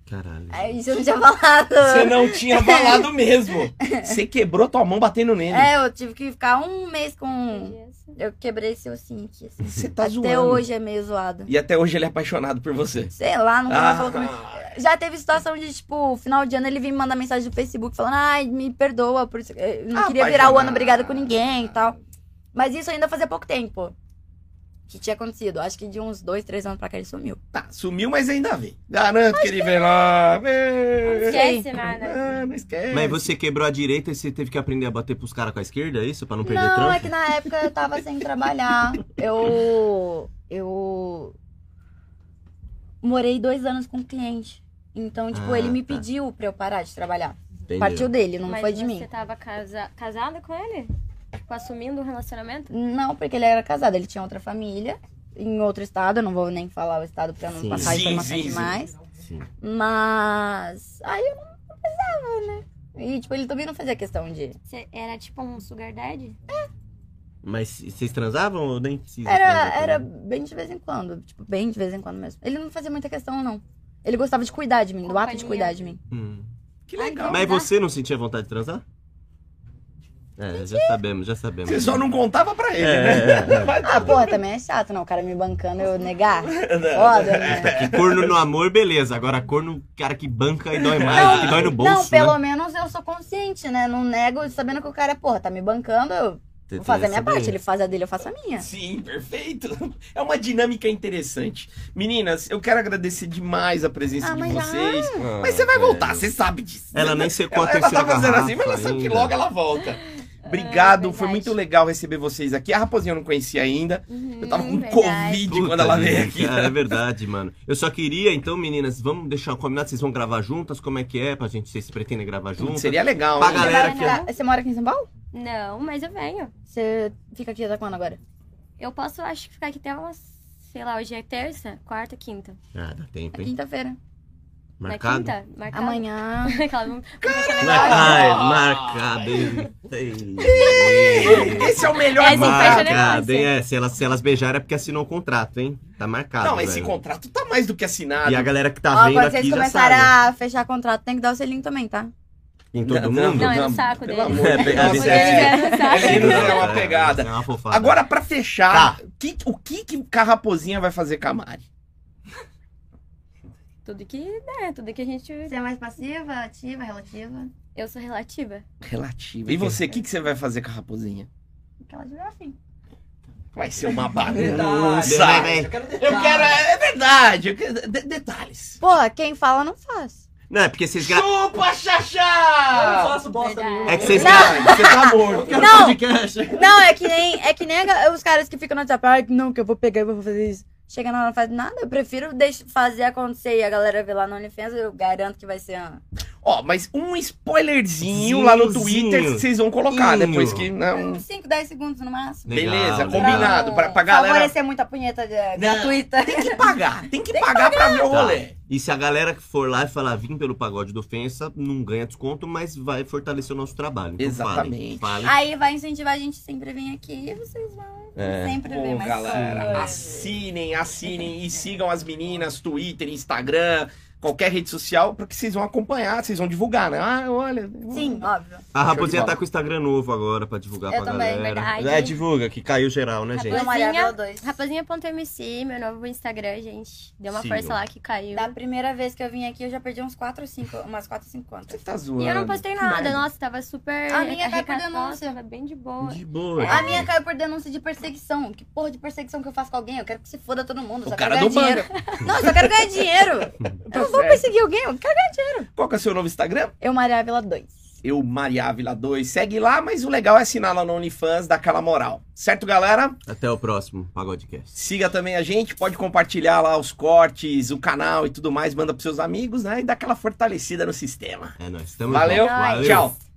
Caralho. Aí isso eu não tinha falado. Você não tinha falado mesmo. Você quebrou tua mão batendo nele. É, eu tive que ficar um mês com... Eu quebrei esse ossinho aqui, assim. Você tá Até zoando. hoje é meio zoado. E até hoje ele é apaixonado por você. Sei lá, não Ah. falou comigo. Já teve situação de, tipo, final de ano ele vir me mandar mensagem no Facebook falando, ai, me perdoa, por isso. Eu não Ah, queria virar o ano apaixonado. brigada com ninguém e tal. Mas isso ainda fazia pouco tempo que tinha acontecido. Acho que de uns dois, três anos pra cá ele sumiu. Tá, sumiu, mas ainda vê. Garanto que ele vem lá. Vê. Esquece nada. Ah, não esquece. Mas você quebrou a direita e você teve que aprender a bater pros caras com a esquerda, é isso? Pra não perder Não, trampo? é que na época eu tava sem trabalhar. Eu. Eu. Morei dois anos com um cliente. Então, tipo, Ah, ele me tá. pediu pra eu parar de trabalhar. Entendeu? Partiu dele, não Mas foi de você mim. tava casa... casada com ele? Tipo, assumindo um relacionamento? Não, porque ele era casado, ele tinha outra família, em outro estado, eu não vou nem falar o estado pra não Sim. passar Sim, informação sim, sim. demais. Sim. Mas aí eu não precisava, né? E tipo, ele também não fazia questão de. Você era tipo um sugar daddy? Mas vocês transavam ou nem precisa? Era, transar era também? bem de vez em quando, tipo, bem de vez em quando mesmo. Ele não fazia muita questão, não. Ele gostava de cuidar de mim, do ato de Companhia. cuidar de mim. Hum. Que legal. Mas você não sentia vontade de transar? É, já sabemos, já sabemos. Você só não contava pra ele, É, né? é, é. Mas Ah, porra, também é chato, não. O cara me bancando eu negar. Foda, né? Que corno no amor, beleza. Agora corno, cara que banca e dói mais, que dói no bolso, Não, pelo né? menos eu sou consciente, né? Não nego, sabendo que o cara, porra, tá me bancando, eu Você vou fazer a tem minha essa parte. daí. Ele faz a dele, eu faço a minha. Sim, perfeito. É uma dinâmica interessante. Meninas, eu quero agradecer demais a presença Ah, de mas já- vocês. Ah, Mas você vai voltar, velho. você sabe disso. Ela nem secou a Ela, ela terceira tá fazendo assim, mas garrafa ela sabe que ainda. logo ela volta. Obrigado, É, foi verdade. muito legal receber vocês aqui. A Raposinha eu não conhecia ainda. Uhum, Eu tava com verdade. Covid Puta, quando ela veio gente, aqui. cara, é verdade, mano. Eu só queria, então, meninas, vamos deixar um combinado. Vocês vão gravar juntas? Como é que é? Pra gente, vocês pretendem gravar juntas? Seria legal, Pra hein? galera Você que- mora- Você mora aqui em São Paulo? Não, mas eu venho. Você fica aqui até quando agora? Eu posso, acho que ficar aqui até umas, sei lá, hoje é terça, quarta, quinta. Ah, dá tempo, É hein? quinta-feira. Marcado? Na quinta? Marcado? Amanhã. Aquela- vamos fechar negócio. Ai, marcado, hein? Esse é o melhor É, sim, fecha marcado. negócio. Marcado, hein? É, se elas, se elas beijarem é porque assinou um contrato, hein? Tá marcado. Não, esse velho. contrato tá mais do que assinado. E a galera que tá Ó, vendo quando aqui vocês já começarem sabe. a fechar contrato, tem que dar o selinho também, tá? Em todo Não, mundo? Não, é no Vamos, saco pelo dele. amor de É, Deus. pegar Nossa, de é- É no saco. Ele não é uma pegada. É uma fofada. Agora, pra fechar, Tá. que- o que que a Raposinha vai fazer com a Mari? Tudo que, né, tudo que a gente... Você é mais passiva, ativa, relativa? Eu sou relativa. Relativa. E você, o que que você vai fazer com a Raposinha? O que ela tiver afim. Vai ser uma Verdade. bagunça. Eu quero Eu quero, é verdade. Eu quero, de- detalhes. Porra, quem fala não faz. Não, é porque vocês gravam. Chupa, Eu não Xaxá! faço bosta Verdade. nenhuma. É que vocês Não, você tá morto. Quero Não. podcast. Não, é que nem, é que nem a- os caras que ficam no WhatsApp. Ai, não, que eu vou pegar e vou fazer isso. Chega na hora, não faz nada. Eu prefiro deixar fazer acontecer e a galera ver lá no OnlyFans. Eu garanto que vai ser uma... Ó, mas um spoilerzinho Zinho, lá no Twitter zinho. que vocês vão colocar Zinho. depois que. Não, uns cinco, dez segundos no máximo. Legal, beleza, legal. combinado. Pra, pra Não galera. favorecer muito a punheta de- gratuita. Tem que pagar, tem que pagar pra ver o Tá. rolê. E se a galera que for lá e falar vim pelo pagode do Ofensa, não ganha desconto, mas vai fortalecer o nosso trabalho. Então Exatamente. Falem, falem. Aí vai incentivar a gente sempre vir aqui e vocês vão É. sempre ver Pô, mais galera, coisas. assinem, assinem e sigam as meninas, Twitter, Instagram, qualquer rede social, porque vocês vão acompanhar, vocês vão divulgar, né? Ah, olha. Sim, óbvio. A Raposinha Show de tá bola. com o Instagram novo agora pra divulgar Eu pra também, galera. verdade. É, divulga, que caiu geral, né, gente? Eu, Maria Bela dois. Raposinha.mc, meu novo Instagram, gente. Deu uma Sigam. força lá que caiu. Da primeira vez que eu vim aqui, eu já perdi uns quatro ou cinco, umas quatro ou cinco Você contas. tá zoando. E eu não postei nada, Merda. nossa, tava super. A minha caiu por recatado, denúncia. Tava bem de boa. De boa. A minha caiu por denúncia de perseguição. Que porra de perseguição que eu faço com alguém? Eu quero que se foda todo mundo. Eu O só cara quero ganhar do dinheiro. Não, eu só quero ganhar dinheiro. Eu não vou certo. perseguir alguém, eu quero ganhar dinheiro. Qual que é o seu novo Instagram? Eu, Maria Ávila dois. Eu, Maria Ávila dois. Segue lá, mas o legal é assinar lá no OnlyFans, dar aquela moral. Certo, galera? Até o próximo Pagodecast. Siga também a gente, pode compartilhar lá os cortes, o canal e tudo mais, manda pros seus amigos, né? E dá aquela fortalecida no sistema. É nóis. Tamo Valeu, junto. tchau.